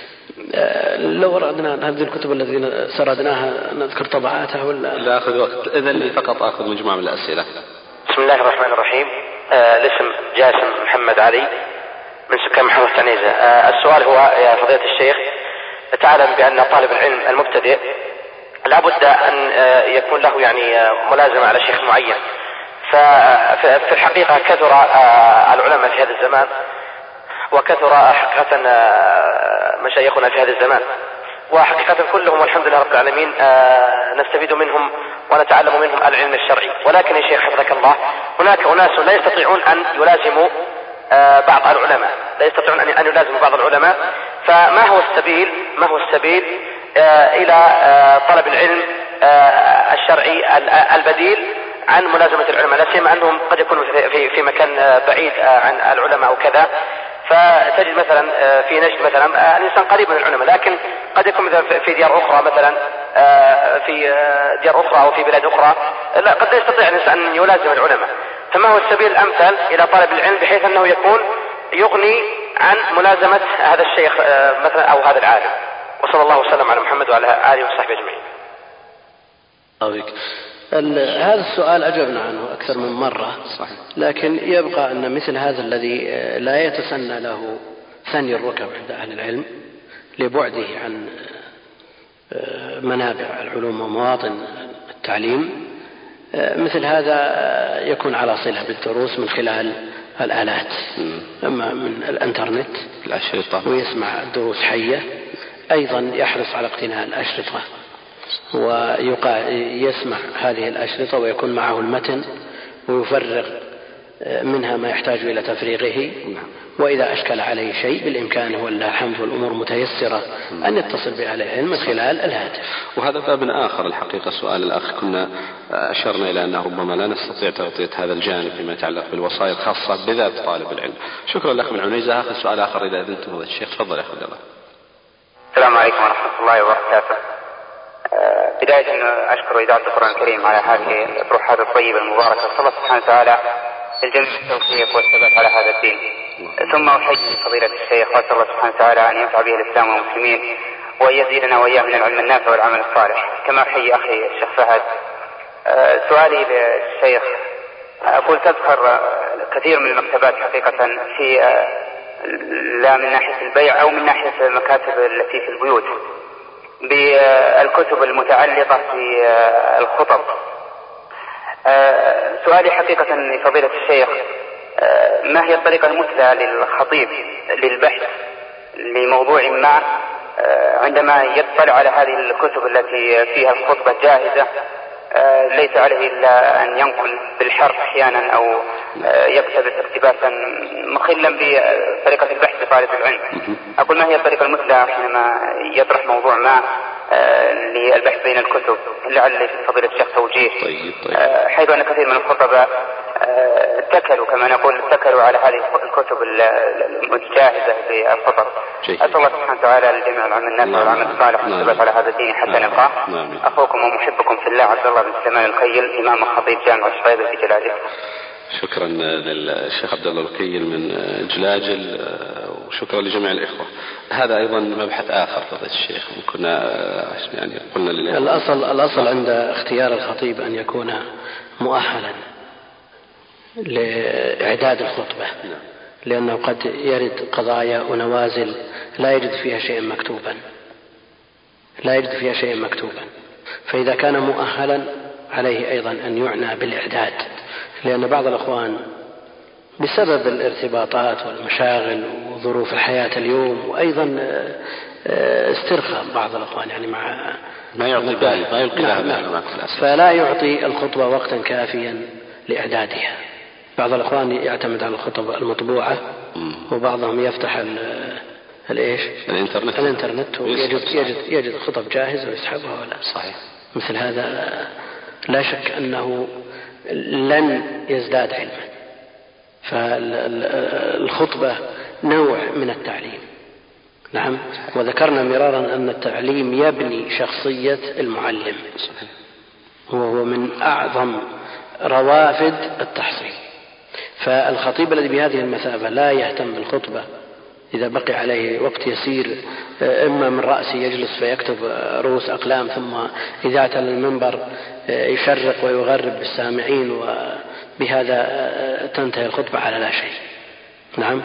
لو أردنا هذه الكتب التي سردناها نذكر طبعاتها ولا
لا أخذ وقت؟ إذن لي فقط أخذ مجموعة من الأسئلة.
بسم الله الرحمن الرحيم. الاسم جاسم محمد علي من سكان محمد عنيزة. السؤال هو: يا فضيلة الشيخ، تعلم بأن طالب العلم المبتدئ لابد أن يكون له يعني ملازمة على شيخ معين، ففي الحقيقة كثر العلماء في هذا الزمان، وكثر حقيقة مشايخنا في هذا الزمان، وحقيقة كلهم والحمد لله رب العالمين نستفيد منهم ونتعلم منهم العلم الشرعي. ولكن يا شيخ حفظك الله، هناك أناس لا يستطيعون أن يلازموا بعض العلماء، لا يستطيعون أن يلازموا بعض العلماء، فما هو السبيل إلى طلب العلم الشرعي البديل عن ملازمة العلماء، لا سيما أنهم قد يكونوا في مكان بعيد عن العلماء أو كذا، فتجد مثلا في نجد مثلا الإنسان قريب من العلماء، لكن قد يكون مثلا في ديار أخرى، مثلا في ديار أخرى أو في بلاد أخرى، قد لا يستطيع الإنسان أن يلازم العلماء. فما هو السبيل الأمثل إلى طلب العلم بحيث أنه يكون يغني عن ملازمة هذا الشيخ مثلا أو هذا العالم؟ وصلى الله وسلم على محمد وعلى آله وصحبه أجمعين.
هذا السؤال أجبنا عنه أكثر من مرة، لكن يبقى أن مثل هذا الذي لا يتسنى له ثني الركب عند أهل العلم لبعده عن منابع العلوم ومواطن التعليم، مثل هذا يكون على صلة بالدروس من خلال الآلات، أما من الانترنت
الأشرطة،
ويسمع الدروس حية، أيضا يحرص على اقتناء الأشرطة ويسمع هذه الأشرطة ويكون معه المتن ويفرغ منها ما يحتاج إلى تفريغه، وإذا أشكل عليه شيء بالإمكان ولله الحمد والأمور متيسرة أن يتصل بأهل العلم من خلال الهاتف.
وهذا باب آخر الحقيقة. سؤال الأخ كنا أشرنا إلى أنه ربما لا نستطيع تغطية هذا الجانب فيما يتعلق بالوصايا الخاصة بذات طالب العلم. شكرا لك من عنيزة. آخر سؤال آخر إذا أذنتم هذا الشيخ، تفضل يا أخي الله.
السلام عليكم ورحمة الله وبركاته. بداية أشكر إذاعة القرآن الكريم على هذه الأطروحات الطيبة المباركة، صلى الله سبحانه وتعالى الجميع التوفيق والثبات على هذا الدين. ثم أحيي فضيلة الشيخ وأسأل الله سبحانه وتعالى أن ينفع به الإسلام والمسلمين وأن يزيدنا وإياه من العلم النافع والعمل الصالح. كما أحيي أخي الشيخ فهد. سؤالي للشيخ، أقول تذكر كثير من المكتبات حقيقة في لا من ناحية البيع أو من ناحية المكاتب التي في البيوت بالكتب المتعلقة في الخطب. سؤالي حقيقة لفضيلة الشيخ، ما هي الطريقة المثلى للخطيب للبحث لموضوع ما عندما يطلع على هذه الكتب التي فيها الخطبة جاهزة، ليس عليه إلا أن ينقل بالحرف أحيانا أو يكتب اقتباسا مخلا بطريقة البحث لطالب العلم؟ أقول ما هي الطريقة المثلى حينما يطرح موضوع ما للبحث بين الكتب؟ لعل فضيلة الشيخ توجيه.
طيب.
حيث أن كثير من الخطباء اتكلوا كما نقول اتكلوا على هذه الكتب المتجاهزة بالخطب. أسأل الله سبحانه وتعالى لجميع العلم النافع والعمل الصالح والثبات على هذا الدين حتى نلقاه. أخوكم ومحبكم في الله عبد الله بن سليمان الخيل، إمام خطيب جامع الشباب في جلاجل.
شكرا للشيخ عبد الله الكيل من جلاجل، وشكرا لجميع الإخوة. هذا أيضا مبحث آخر فضيلة الشيخ، كنا يعني قلنا
الأصل عند اختيار الخطيب أن يكون مؤهلا لإعداد الخطبة، لأنه قد يرد قضايا ونوازل لا يجد فيها شيء مكتوبا، فإذا كان مؤهلا عليه أيضا أن يعنى بالإعداد، لأن بعض الأخوان بسبب الارتباطات والمشاغل وظروف الحياة اليوم، وأيضا استرخاء بعض الأخوان يعني مع
ما يعطي بال، ما يلقي لها
فلا يعطي الخطبة وقتا كافيا لإعدادها. بعض الأخوان يعتمد على الخطب المطبوعة، وبعضهم يفتح الإنترنت ويجد خطب جاهزة ويسحبها. ولا
صحيح.
مثل هذا لا شك أنه لن يزداد علما. فالخطبة نوع من التعليم. نعم. وذكرنا مرارا أن التعليم يبني شخصية المعلم، وهو من أعظم روافد التحصيل. فالخطيب الذي بهذه المثابة لا يهتم بالخطبة إذا بقي عليه وقت يسير، إما من رأسه يجلس فيكتب رؤوس أقلام، ثم إذا أتى المنبر يشرق ويغرب بالسامعين، وبهذا تنتهي الخطبة على لا شيء. نعم.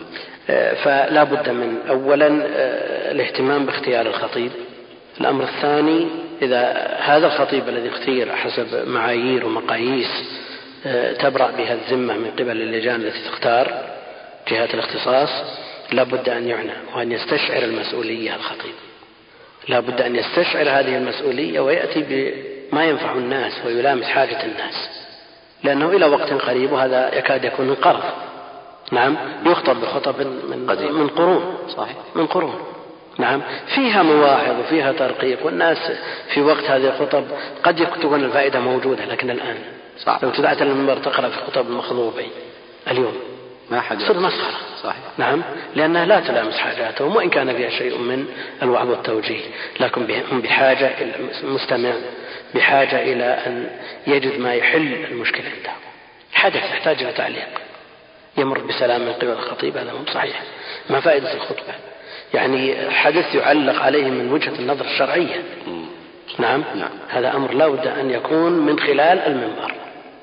فلا بد من أولا الاهتمام باختيار الخطيب. الأمر الثاني، إذا هذا الخطيب الذي اختير حسب معايير ومقاييس تبرأ بها الذمة من قبل اللجان التي تختار جهات الاختصاص، لا بد أن يعنى وأن يستشعر المسؤولية. الخطيب لا بد أن يستشعر هذه المسؤولية ويأتي بما ينفع الناس ويلامس حاجة الناس، لأنه إلى وقت قريب وهذا يكاد يكون انقرض. نعم. يخطب بخطب من قرون.
صحيح.
من قرون. نعم. فيها مواعظ وفيها ترقيق، والناس في وقت هذه الخطب قد تكون الفائدة موجودة، لكن الآن لو تدعت المنبر تقرأ في خطب المخضوبين اليوم
ما حد
صار مسخرة.
صحيح.
نعم. لأنها لا تلامس حاجاتهم، وإن كان فيها شيء من الوعظ والتوجيه، لكن هم بحاجة إلى المستمع، بحاجة إلى أن يجد ما يحل المشكلة عنده. حدث يحتاج إلى تعليق يمر بسلام من قبل الخطيب، هذا مو صحيح. ما فائدة الخطبة؟ يعني حدث يعلق عليه من وجهة النظر الشرعية. نعم. هذا أمر لا بد أن يكون من خلال المنبر.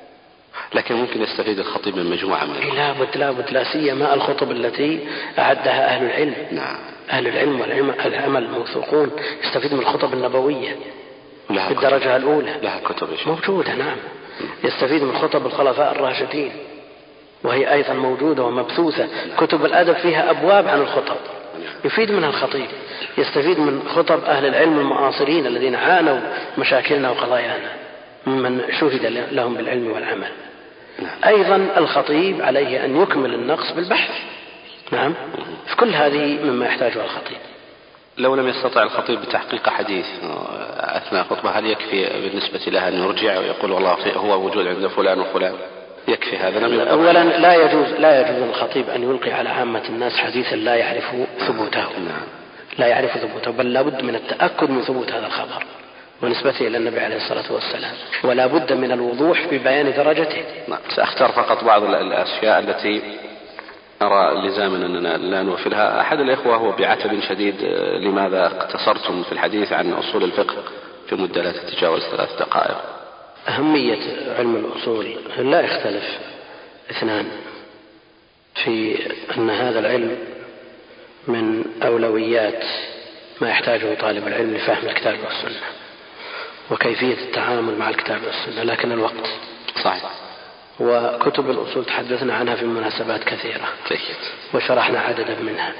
لكن ممكن يستفيد الخطيب من مجموعة من
لا بد لا سيما الخطب التي أعدها أهل العلم.
نعم.
أهل العلم والعمل الموثوقون يستفيد من الخطب النبوية بالدرجة الأولى،
لها كتب
موجودة. نعم. يستفيد من خطب الخلفاء الراشدين، وهي أيضا موجودة ومبثوثة. كتب الأدب فيها أبواب عن الخطب يفيد منها الخطيب. يستفيد من خطب أهل العلم المعاصرين الذين عانوا مشاكلنا وقضايانا، ممن شهد لهم بالعلم والعمل. أيضا الخطيب عليه أن يكمل النقص بالبحث. نعم. في كل هذه مما يحتاجه الخطيب.
لو لم يستطع الخطيب بتحقيق حديث أثناء خطبة، هل يكفي بالنسبة له أن يرجع ويقول والله هو وجود عند فلان وفلان؟ يكفي هذا؟
أولا لا يجوز للخطيب أن يلقي على عامة الناس حديثا لا يعرف ثبوته. لا يعرف ثبوته، بل لا بد من التأكد من ثبوت هذا الخبر ونسبته إلى النبي عليه الصلاة والسلام، ولا بد من الوضوح في بيان درجته.
سأختار فقط بعض الأشياء التي أرى لزاما أننا لا نوفرها. أحد الإخوة هو بعتب شديد: لماذا اقتصرتم في الحديث عن أصول الفقه في مدة لا تتجاوز 3 دقائق؟
أهمية علم الأصول لا يختلف اثنان في أن هذا العلم من أولويات ما يحتاجه طالب العلم لفهم الكتاب والسنة وكيفية التعامل مع الكتاب والسنة، لكن الوقت
صحيح.
وكتب الأصول تحدثنا عنها في مناسبات كثيرة وشرحنا عددا منها.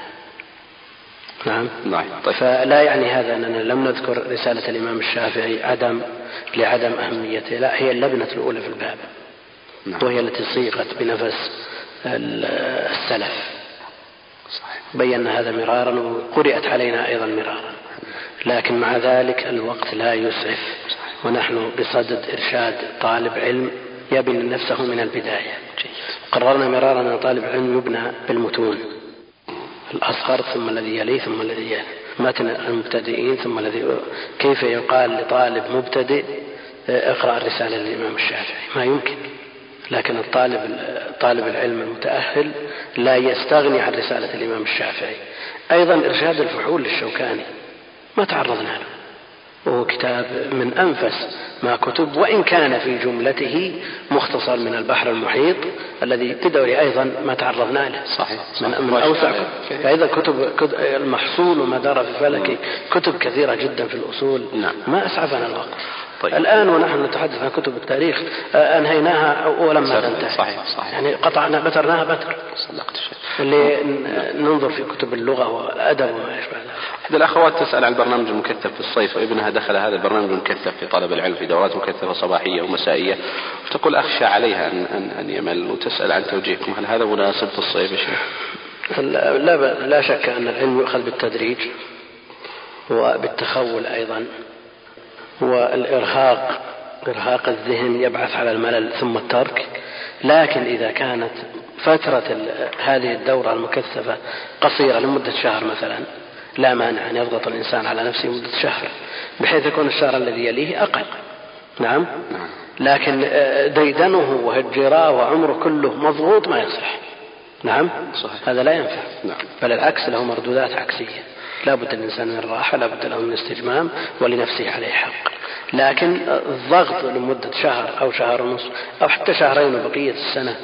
نعم.
طيب.
فلا يعني هذا أننا لم نذكر رسالة الإمام الشافعي لعدم أهميته، لا، هي اللبنة الأولى في الباب. وهي التي صيغت بنفس السلف. بينا هذا مرارا وقرأت علينا أيضا مرارا، لكن مع ذلك الوقت لا يسعف، ونحن بصدد إرشاد طالب علم يبني نفسه من البداية. قررنا مرارا أن طالب علم يبنى بالمتون، الأصغر ثم الذي يليه ثم الذي يليه، متن المبتدئين ثم الذي. كيف يقال لطالب مبتدئ اقرأ الرسالة للإمام الشافعي؟ ما يمكن. لكن طالب العلم المتأهل لا يستغني عن رسالة الإمام الشافعي. أيضا إرشاد الفحول للشوكاني ما تعرضنا له، وهو كتاب من أنفس ما كتب، وإن كان في جملته مختصر من البحر المحيط الذي بدوري أيضا ما تعرضنا له.
صحيح.
من أوسع. فإذا كتب المحصول وما دار في فلك كتب كثيرة جدا في الأصول. ما أسعفنا الوقت. طيب. الآن ونحن نتحدث عن كتب التاريخ أنهيناها ولما تنتهي.
صحيح.
يعني قطعنا بترناها بتر.
صدقت الشيخ.
اللي ننظر في كتب اللغة والأدب وما يشبه ذلك.
إحدى الأخوات تسأل عن البرنامج المكثف في الصيف، وابنها دخل هذا البرنامج المكثف في طلب العلم في دورات مكثفة صباحية ومسائية، وتقول أخشى عليها أن يمل، وتسأل عن توجيهكم، هل هذا مناسب في الصيف يا شيخ؟
لا شك أن العلم يؤخذ بالتدريج وبالتخول أيضا، والإرهاق الذهن يبعث على الملل ثم الترك. لكن إذا كانت فترة هذه الدورة المكثفة قصيرة لمدة شهر مثلا، لا مانع أن يضغط الإنسان على نفسه مدة شهر بحيث يكون الشهر الذي يليه أقل. نعم. لكن ديدنه وهجراه وعمره كله مضغوط ما يصح. نعم صحيح. هذا لا ينفع. بل العكس له مردودات عكسية. لا بد الإنسان من الراحة، لا بد له من الاستجمام، ولنفسه عليه حق. لكن الضغط لمدة شهر أو شهر ونصف أو حتى شهرين وبقية السنة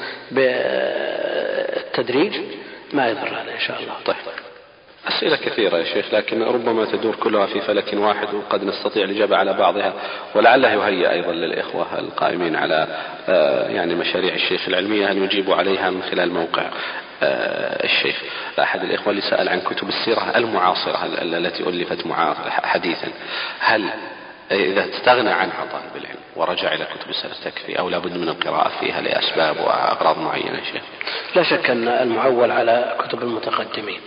بالتدريج ما يضر هذا إن شاء الله.
طيب. أسئلة كثيرة يا شيخ، لكن ربما تدور كلها في فلك واحد، وقد نستطيع الإجابة على بعضها، ولعله يهيأ أيضا للإخوة القائمين على يعني مشاريع الشيخ العلمية أن يجيبوا عليها من خلال موقع الشيخ. أحد الإخوة اللي سأل عن كتب السيرة المعاصرة التي ألفت حديثا، هل إذا استغنى عنها طالب العلم ورجع إلى كتب السلف تكفي، أو لابد من القراءة فيها لأسباب وأغراض معينة شيخ؟
لا شك أن المعول على كتب المتقدمين،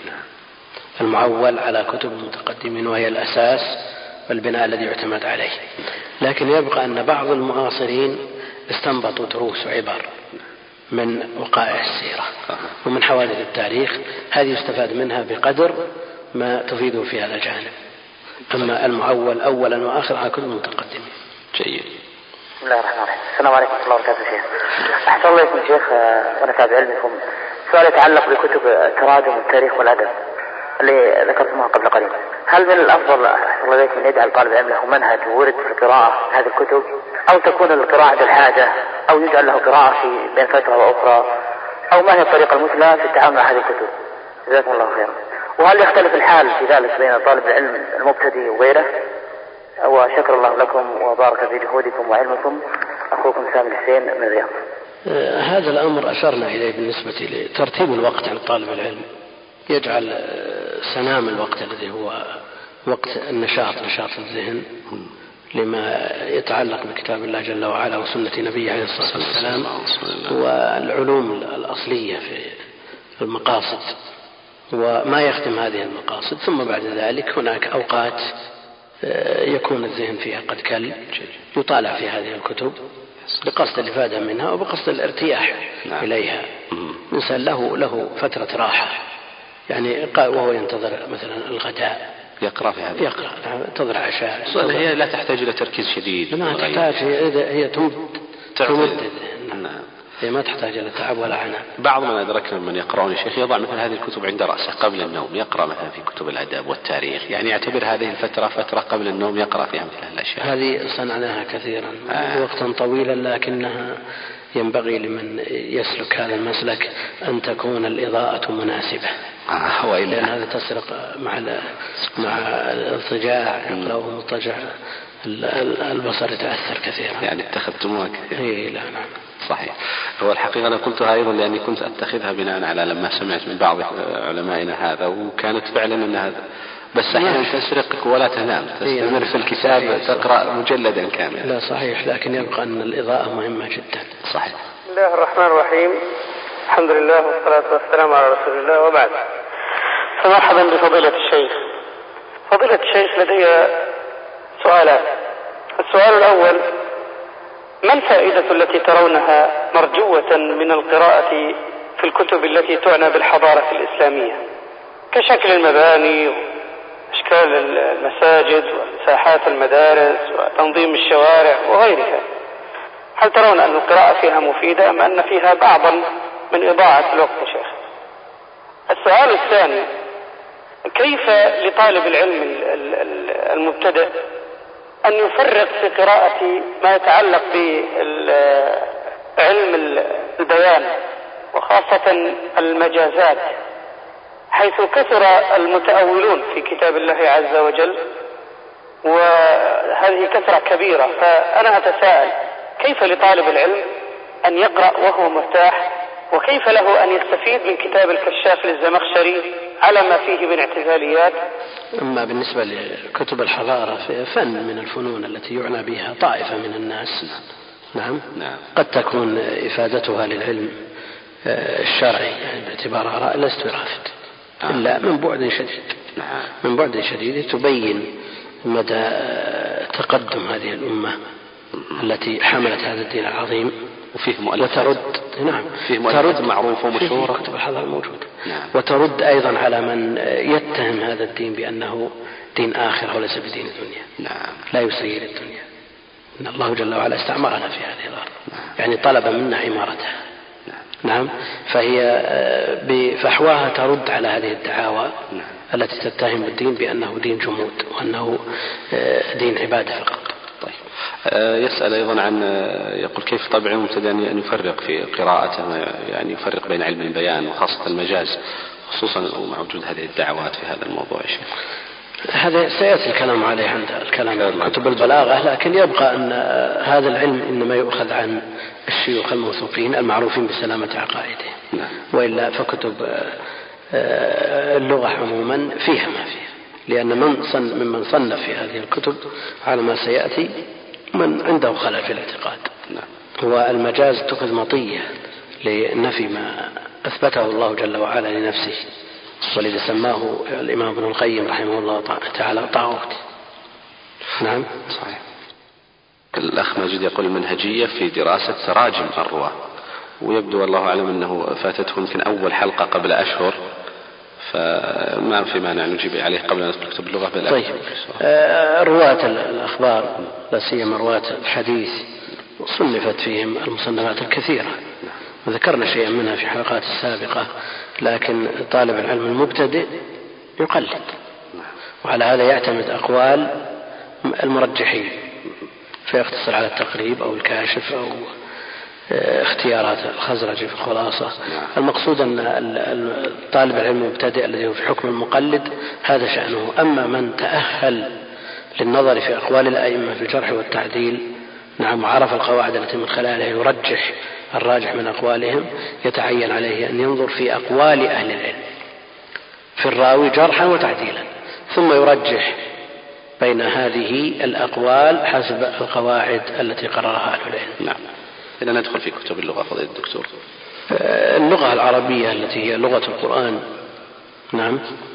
المعول على كتب المتقدمين وهي الأساس والبناء الذي يعتمد عليه. لكن يبقى أن بعض المعاصرين استنبطوا دروس وعبر من وقائع السيرة ومن حوادث التاريخ، هذه يستفاد منها بقدر ما تفيده في هذا الجانب. أما المعول أولا وآخر على كل المتقدمين.
جيد.
بسم الله الرحمن الرحيم. السلام عليكم ورحمة الله وبركاته شيخ. أحسن الله إليكم شيخ، ونفع بعلمكم. سؤال يتعلق بكتب التراجم والتاريخ والأدب اللي ذكرتموها قبل قليل. هل من الأفضل أحسن الله إليكم يجعل طالب العلم له منهج ورد في قراءة هذه الكتب، أو تكون القراءة الحاجة، أو يجعل له قراءة في بين فترة وأخرى، أو ما هي الطريقة المثلى في التعامل مع هذه الكتب؟ جزاكم الله خيرا. وهل يختلف الحال في ذلك بين طالب العلم المبتدئ وغيره؟ وشكر الله لكم وبارك في جهودكم وعلمكم. أخوكم سامي الحسين من الرياض.
هذا الأمر أشرنا إليه بالنسبة لترتيب الوقت لطالب العلم، يجعل سنام الوقت الذي هو وقت النشاط، نشاط الذهن لما يتعلق بكتاب الله جل وعلا وسنة نبيه عليه الصلاة والسلام والعلوم الأصلية في المقاصد وما يختم هذه المقاصد. ثم بعد ذلك هناك أوقات يكون الذهن فيها قد كل، يطالع في هذه الكتب بقصد الإفادة منها وبقصد الارتياح إليها. الإنسان له فترة راحة، يعني وهو ينتظر مثلا الغداء
يقرأ في هذا،
يقرأ، ينتظر عشاء.
هي لا تحتاج إلى تركيز شديد،
ما تحتاج، هي تمد، هي ما تحتاج إلى تعب ولا عناء.
بعض من أدركنا من يقرأون شيخ يضع مثل هذه الكتب عند رأسه قبل النوم، يقرأ مثلا في كتب الأدب والتاريخ، يعني يعتبر هذه الفترة فترة قبل النوم يقرأ فيها مثل الأشياء.
هذه صنعناها كثيرا وقتا طويلا، لكنها ينبغي لمن يسلك هذا المسلك أن تكون الإضاءة مناسبة، لأن هذا تسرق مع الارتجاع، يقرأه مضطجع البصر يتأثر كثيرا.
يعني اتخذتموها كثيرا؟
لا نعم
صحيح. هو الحقيقة أنا قلتها أيضا لأني كنت أتخذها بناء على لما سمعت من بعض علمائنا هذا، وكانت فعلا أنها بس أحيانا تسرقك ولا تنام، تستمر في الكتاب تقرأ مجلدا كاملا.
لا صحيح، لكن يبقى أن الإضاءة مهمة جدا.
صحيح.
بسم الله الرحمن الرحيم، الحمد لله والصلاة والسلام على رسول الله، وبعد. فمرحبا بفضيلة الشيخ. فضيلة الشيخ لدي سؤالان. السؤال الأول: ما الفائدة التي ترونها مرجوة من القراءة في الكتب التي تعنى بالحضارة الإسلامية كشكل المباني وأشكال المساجد ومساحات المدارس وتنظيم الشوارع وغيرها؟ هل ترون أن القراءة فيها مفيدة أم أن فيها بعضا من إضاعة الوقت يا شيخ؟ السؤال الثاني: كيف لطالب العلم المبتدئ أن يفرق في قراءة ما يتعلق بعلم البيان وخاصة المجازات، حيث كثر المتأولون في كتاب الله عز وجل وهذه كثرة كبيرة. فأنا أتساءل كيف لطالب العلم أن يقرأ وهو مرتاح، وكيف له أن يستفيد من كتاب الكشاف للزمخشري على ما فيه من اعتزاليات؟
أما بالنسبة لكتب الحضارة فن من الفنون التي يعنى بها طائفة من الناس، نعم قد تكون إفادتها للعلم الشرعي يعني باعتبار آراء لست برافد إلا من بعد شديد، من بعد شديد تبين مدى تقدم هذه الأمة التي حملت هذا الدين العظيم،
وفيه مؤلفات
نعم
فيه مؤلفات معروفة ومشهورة
كتب الحضارة موجودة. وترد أيضا على من يتهم هذا الدين بأنه دين آخر وليس بدين الدنيا. لا يسير الدنيا، إن الله جل وعلا استعمرنا في هذه الأرض، يعني طلب منا عمارتها. نعم، فهي بفحواها ترد على هذه الدعاوى التي تتهم الدين بأنه دين جمود وأنه دين عبادة فقط.
طيب. يسأل أيضا عن يقول كيف طبع المبتدئ أن يفرق في قراءته، يعني يفرق بين علم البيان وخاصة المجاز، خصوصا مع وجود هذه الدعوات في هذا الموضوع.
هذا سيأتي الكلام عليه عند الكلام عن كتب البلاغة، لكن يبقى أن هذا العلم إنما يؤخذ عن الشيوخ الموثوقين المعروفين بسلامة عقائدهم، وإلا فكتب اللغة عموما فيها ما فيها، لأن ممن صنف في هذه الكتب على ما سيأتي من عنده خلل في الاعتقاد. والمجاز تأخذ مطية لنفي ما أثبته الله جل وعلا لنفسه، ولذا سماه الإمام ابن القيم رحمه الله تعالى طاغوت. نعم
صحيح. الأخ ماجد يقول المنهجية في دراسة تراجم الرواة، ويبدو والله أعلم أنه فاتته يمكن أول حلقة قبل أشهر، فما في مانع نجيب عليه قبل أن نكتب اللغة.
طيب. رواة الأخبار لا سيما رواة الحديث صنفت فيهم المصنفات الكثيرة، وذكرنا شيئا منها في حلقات السابقة، لكن طالب العلم المبتدئ يقلد، وعلى هذا يعتمد أقوال المرجحين فيقتصر على التقريب أو الكاشف أو اختيارات الخزرج في الخلاصة. المقصود أن طالب العلم المبتدئ الذي هو في حكم المقلد هذا شأنه. أما من تأهل للنظر في أقوال الأئمة في الجرح والتعديل، نعم، وعرف القواعد التي من خلالها يرجح الراجح من أقوالهم، يتعين عليه أن ينظر في أقوال أهل العلم في الراوي جرحا وتعديلا، ثم يرجح بين هذه الأقوال حسب القواعد التي قررها أهل العلم.
نعم. إذا ندخل في كتب اللغة فضيلة الدكتور.
اللغة العربية التي هي لغة القرآن، نعم،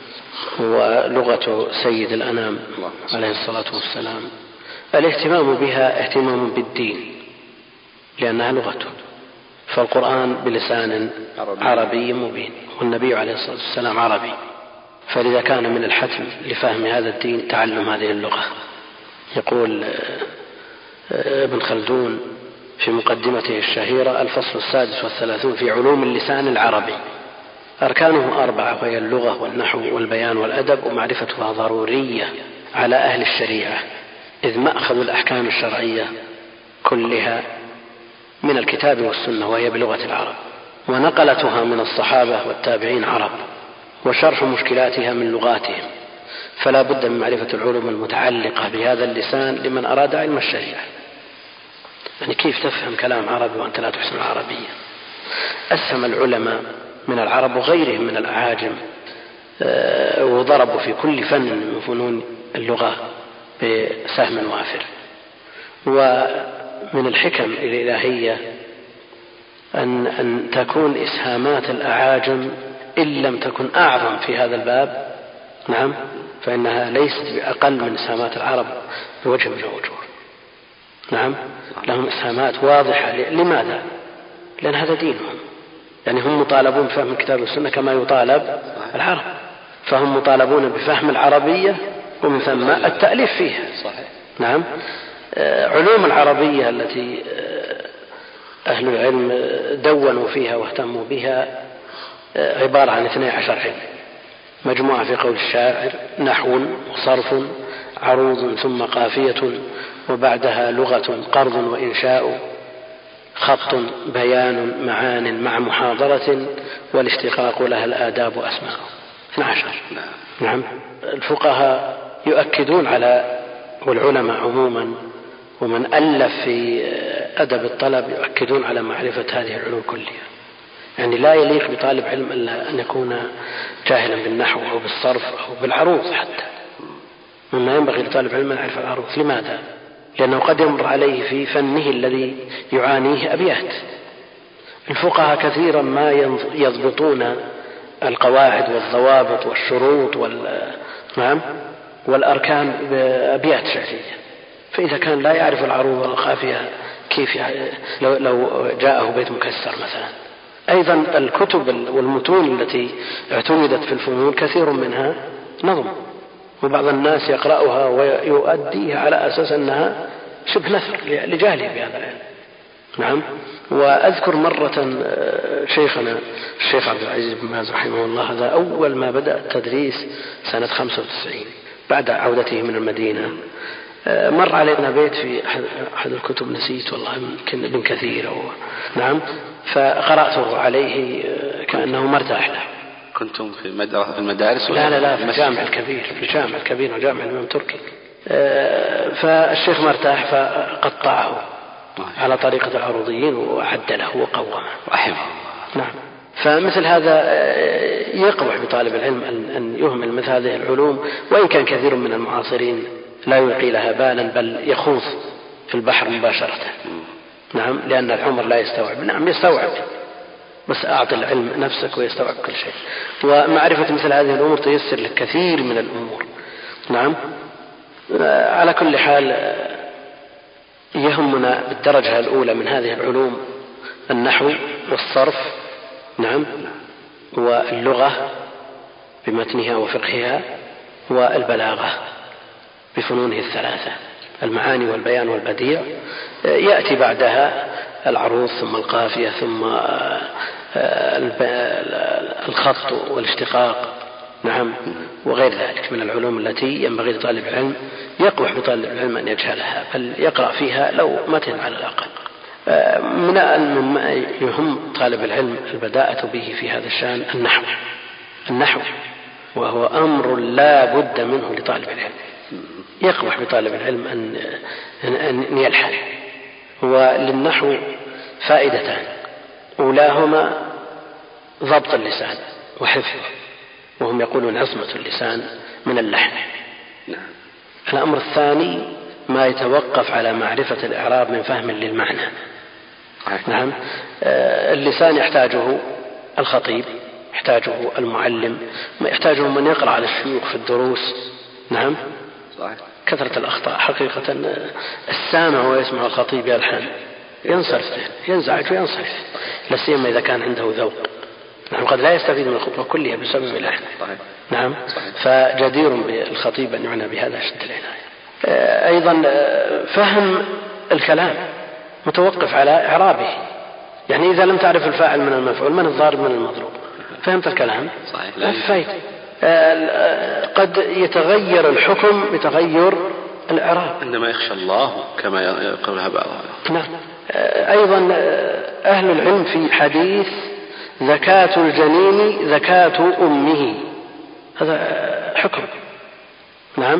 ولغة سيد الأنام عليه الصلاة والسلام، الاهتمام بها اهتمام بالدين لأنها لغته، فالقرآن بلسان عربي مبين، والنبي عليه الصلاة والسلام عربي، فلذا كان من الحتم لفهم هذا الدين تعلم هذه اللغة. يقول ابن خلدون في مقدمته الشهيرة: الفصل 36 في علوم اللسان العربي، أركانه 4، وهي اللغة والنحو والبيان والأدب، ومعرفتها ضرورية على أهل الشريعة، إذ مأخذ الأحكام الشرعية كلها من الكتاب والسنة، وهي بلغة العرب، ونقلتها من الصحابة والتابعين عرب، وشرح مشكلاتها من لغاتهم، فلا بد من معرفة العلوم المتعلقة بهذا اللسان لمن أراد علم الشريعة. يعني كيف تفهم كلام عربي وأنت لا تحسن العربية؟ أسهم العلماء من العرب وغيرهم من الأعاجم وضربوا في كل فن من فنون اللغة بسهم وافر. ومن الحكم الإلهية أن تكون إسهامات الأعاجم إن لم تكن أعظم في هذا الباب، نعم، فإنها ليست بأقل من إسهامات العرب بوجه من الوجوه. نعم، لهم إسهامات واضحة. لماذا؟ لأن هذا دينهم، يعني هم مطالبون بفهم الكتاب والسنة كما يطالب العرب، فهم مطالبون بفهم العربية ومن ثم التأليف فيها. نعم. علوم العربية التي أهل العلم دونوا فيها واهتموا بها عبارة عن 12 علم، مجموعة في قول الشاعر: نحو وصرف عروض ثم قافية، وبعدها لغة قرض وإنشاء، خط بيان معان مع محاضرة، والاشتقاق لها الآداب أسماء. 12. نعم. الفقهاء يؤكدون على والعلماء عموما ومن ألف في أدب الطلب يؤكدون على معرفة هذه العلوم كلها. يعني لا يليق بطالب علم إلا أن يكون جاهلا بالنحو أو بالصرف أو بالعروض حتى، مما ينبغي لطالب علم أن يعرف العروض. لماذا؟ لأنه قد يمر عليه في فنه الذي يعانيه أبيات. الفقهاء كثيرا ما يضبطون القواعد والضوابط والشروط والأركان بأبيات شعرية، فإذا كان لا يعرف العروض والقافية كيف لو جاءه بيت مكسر مثلا. أيضا الكتب والمتون التي اعتمدت في الفنون كثير منها نظم، وبعض الناس يقرأها ويؤديها على أساس أنها شبه نثر لجهله بهذا العلم. نعم. وأذكر مرة شيخنا الشيخ عبد العزيز بن باز رحمه الله، هذا أول ما بدأ التدريس سنة 95 بعد عودته من المدينة، مر علينا بيت في أحد الكتب، نسيت والله، يمكن ابن كثير نعم، فقرأته عليه كأنه مرتاح له.
كنتم في المدارس؟
لا في الجامع الكبير، في الجامع الكبير وجامع الإمام تركي. فالشيخ مرتاح فقطعه على طريقة العروضيين وعدله وقومه رحمه الله. نعم. فمثل هذا يقبح بطالب العلم أن يهمل مثل هذه العلوم، وإن كان كثير من المعاصرين لا يلقي لها بالا بل يخوض في البحر مباشرة. نعم. لأن العمر لا يستوعب. نعم يستوعب، بس أعطي العلم نفسك ويستوعب كل شيء. ومعرفة مثل هذه الأمور تيسر لك كثير من الأمور. نعم. على كل حال يهمنا بالدرجة الأولى من هذه العلوم النحو والصرف. نعم. واللغة بمتنها وفقهها، والبلاغة بفنونه الثلاثة، المعاني والبيان والبديع. يأتي بعدها العروض ثم القافية ثم الخط والاشتقاق. نعم. وغير ذلك من العلوم التي ينبغي لطالب العلم يقبح بطالب العلم أن يجهلها، بل يقرأ فيها لو متن على الأقل. مما يهم طالب العلم البداءة به في هذا الشأن النحو، وهو أمر لا بد منه لطالب العلم. يقبح بطالب العلم أن يلحن. وللنحو فائدتان، أولاهما ضبط اللسان وحفظه، وهم يقولون عصمة اللسان من اللحن. الأمر الثاني ما يتوقف على معرفة الإعراب من فهم للمعنى. نعم. اللسان يحتاجه الخطيب، يحتاجه المعلم، يحتاجه من يقرأ على الشيوخ في الدروس. نعم. كثرة الأخطاء حقيقة. السامع ويسمع الخطيب يلحن ينصرف، ينزعج وينصرف، لا سيما إذا كان عنده ذوق. نحن قد لا يستفيد من الخطبة كلها بسبب اللحن. نعم. فجدير بالخطيب أن يعنى بهذا شد العناية. أيضا فهم الكلام متوقف على إعرابه. يعني إذا لم تعرف الفاعل من المفعول، من الضارب من المضروب، فهمت الكلام؟ لا فايدة. قد يتغير الحكم بتغير الإعراب.
إنما يخشى الله كما يقولها بعضها.
نعم. أيضا أهل العلم في حديث زكاة الجنين زكاة أمه، هذا حكم. نعم.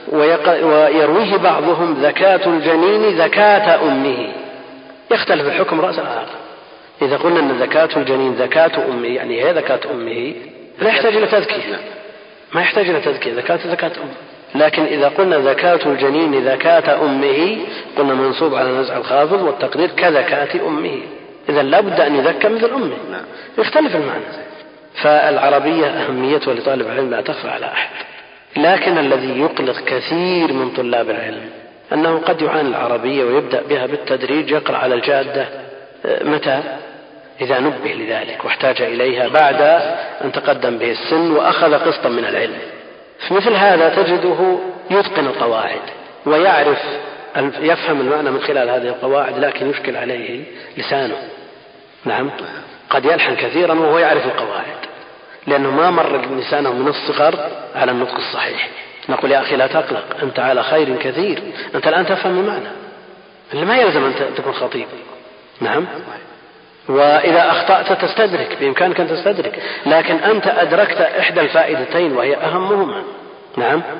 ويرويه بعضهم زكاة الجنين زكاة أمه، يختلف الحكم رأس العقل. إذا قلنا أن زكاة الجنين زكاة أمه يعني هي زكاة أمه، لا يحتاج إلى تذكير، ما يحتاج إلى تذكير، زكاة أمه. لكن إذا قلنا زكاة الجنين زكاة أمه، قلنا منصوب على نزع الخافض والتقدير كزكاة أمه، إذا لا بد أن يذكى مثل أمه، يختلف المعنى. فالعربية أهميتها لطالب العلم لا تخفى على أحد. لكن الذي يقلق كثير من طلاب العلم أنه قد يعاني العربية ويبدأ بها بالتدريج، يقرأ على الجادة. متى؟ إذا نبه لذلك واحتاج إليها بعد أن تقدم به السن وأخذ قسطا من العلم. في مثل هذا تجده يتقن القواعد ويعرف يفهم المعنى من خلال هذه القواعد، لكن يشكل عليه لسانه. نعم. قد يلحن كثيرا وهو يعرف القواعد، لأنه ما مر لسانه من الصغر على النطق الصحيح. نقول يا أخي لا تقلق، أنت على خير كثير، أنت الآن تفهم المعنى، اللي ما يلزم أن تكون خطيب. نعم. وإذا أخطأت تستدرك، بإمكانك أن تستدرك، لكن أنت أدركت إحدى الفائدتين وهي أهمهما. نعم.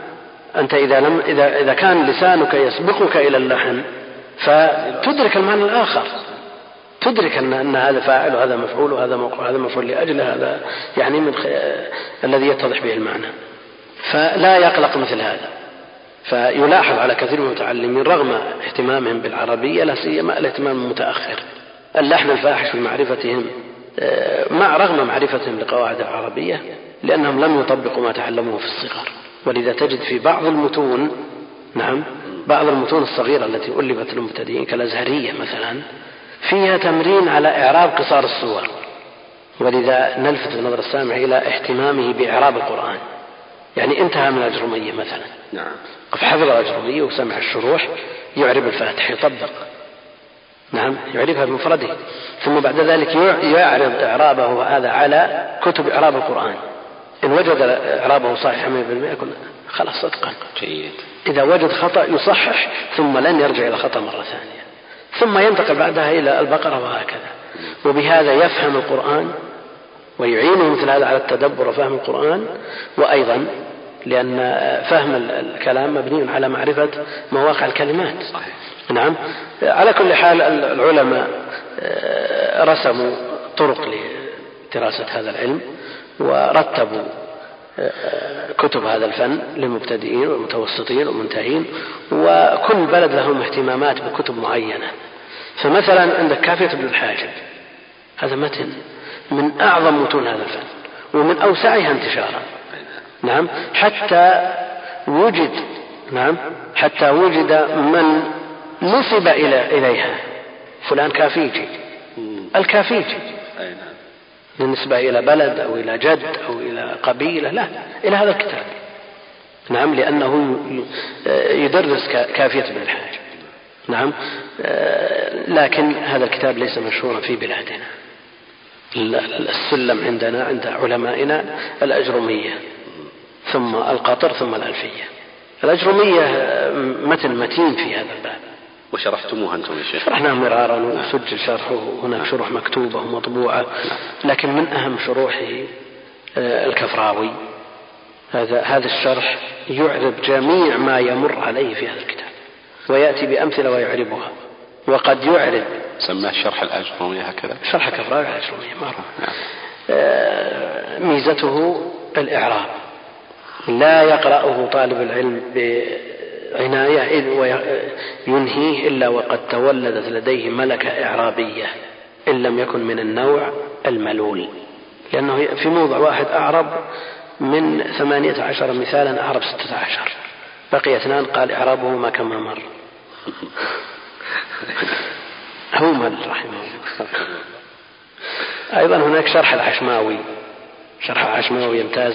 أنت إذا كان لسانك يسبقك إلى اللحن فتدرك المعنى الآخر، تدرك أن هذا فاعل وهذا مفعول وهذا موقوع وهذا مفعول لأجله، هذا يعني الذي يتضح به المعنى. فلا يقلق مثل هذا. فيلاحظ على كثير من المتعلمين رغم اهتمامهم بالعربية لا سيما الاهتمام المتأخر اللحن الفاحش في معرفتهم رغم معرفتهم لقواعد العربية، لأنهم لم يطبقوا ما تعلموه في الصغر. ولذا تجد في بعض المتون بعض المتون الصغيرة التي ألفت للمبتدئين كالأزهرية مثلا فيها تمرين على إعراب قصار الصور، ولذا نلفت نظر السامع إلى اهتمامه بإعراب القرآن. يعني انتهى من الأجرمية مثلا فحفظ الأجرمية وسمع الشروح يعرب الفاتح يطبق يعربها بمفرده، ثم بعد ذلك يعرض إعرابه هذا على كتب إعراب القرآن. إن وجد إعرابه صحيح 100% يكون خلاص صدقا جيد. إذا وجد خطأ يصحح ثم لن يرجع إلى خطأ مرة ثانية، ثم ينتقل بعدها إلى البقرة وهكذا. وبهذا يفهم القرآن ويعينه مثل هذا على التدبر وفهم القرآن. وأيضا لأن فهم الكلام مبني على معرفة مواقع الكلمات. صحيح. على كل حال العلماء رسموا طرق لدراسة هذا العلم ورتبوا كتب هذا الفن للمبتدئين والمتوسطين والمنتهين، وكل بلد لهم اهتمامات بكتب معينة. فمثلا عندك كافية ابن الحاجب، هذا متن من أعظم متون هذا الفن ومن أوسعها انتشارا. حتى وجد من نسب إليها فلان كافيجي، الكافيجي بالنسبة إلى بلد أو إلى جد أو إلى قبيلة، لا، إلى هذا الكتاب. لأنه يدرس كافية ابن الحاج. لكن هذا الكتاب ليس مشهورا في بلادنا. السلم عندنا عند علمائنا الأجرمية ثم القطر ثم الألفية. الأجرمية متن متين في هذا الباب.
وشرحتموها أنتم يا شيخ؟
شرحناه مرارا وسجل شرحه، هناك شروح مكتوبة ومطبوعة، لكن من أهم شروحه الكفراوي. هذا الشرح يعرب جميع ما يمر عليه في هذا الكتاب ويأتي بأمثلة ويعربها. وقد يعرب
سماه شرح الأجرمية هكذا،
شرح كفراوي على الأجرمية معروف. ميزته الإعراب، لا يقرأه طالب العلم بعناية وينهيه إلا وقد تولدت لديه ملكة إعرابية إن لم يكن من النوع الملول، لأنه في موضع واحد أعرب من 18 مثالا أعرب 16، بقي 2 قال إعرابه ما كما مر. هومل رحمه الله. أيضا هناك شرح العشماوي. شرح العشماوي يمتاز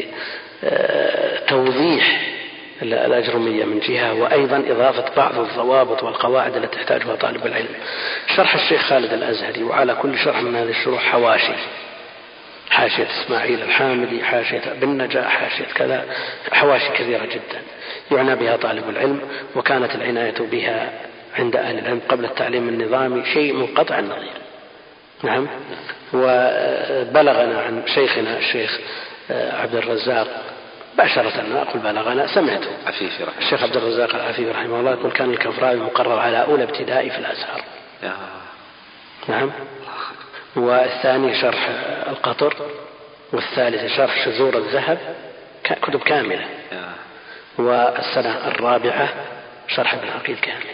بتوضيح الأجرمية من جهة، وأيضا إضافة بعض الضوابط والقواعد التي تحتاجها طالب العلم. شرح الشيخ خالد الأزهري، وعلى كل شرح من هذه الشروح حواشي، حاشية إسماعيل الحامدي، حاشية بن نجاح، حاشية كذا، حواشي كثيرة جدا يعنى بها طالب العلم. وكانت العناية بها عند أهل العلم قبل التعليم النظامي شيء منقطع النظير. وبلغنا عن شيخنا الشيخ عبد الرزاق باشرة، أنا أقول بلغنا، سمعته الشيخ عبد الرزاق العفيفي رحمه الله يقول كان الكفراوي مقرر على أولى ابتدائي في الأزهر. والثاني شرح القطر، والثالث شرح شذور الذهب، كتب كاملة. والسنة الرابعة شرح ابن عقيل كامل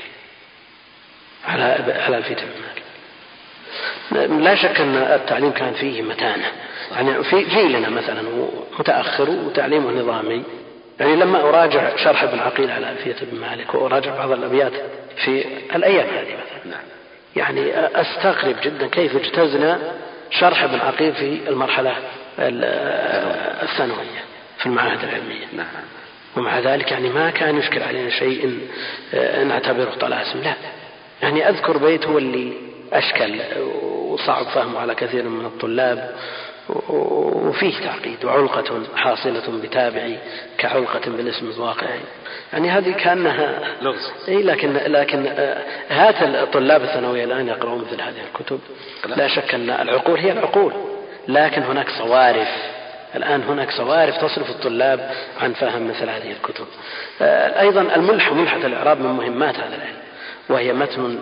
على الفيت بن مالك. لا شك أن التعليم كان فيه متانة، يعني في جيلنا مثلا متأخر وتعليمه نظامي. يعني لما أراجع شرح ابن عقيل على الفيت بن مالك وأراجع بعض الأبيات في الأيام هذه مثلا، يعني أستغرب جدا كيف اجتزنا شرح ابن عقيل في المرحلة الثانوية في المعاهد العلمية. ومع ذلك يعني ما كان يشكل علينا شيء نعتبره طلاسم، لا. يعني أذكر بيت هو اللي أشكل وصعب فهمه على كثير من الطلاب، وفيه تعقيد، وعلقة حاصلة بتابعي كعلقة بالاسم الواقعي. يعني هذه كأنها لغز. لكن هات الطلاب الثانوية الآن يقرؤون مثل هذه الكتب، لا شك أن العقول هي العقول، لكن هناك صوارف الآن هناك صوارف تصرف الطلاب عن فهم مثل هذه الكتب. أيضا ملحة الإعراب من مهمات هذا العلم، وهي متن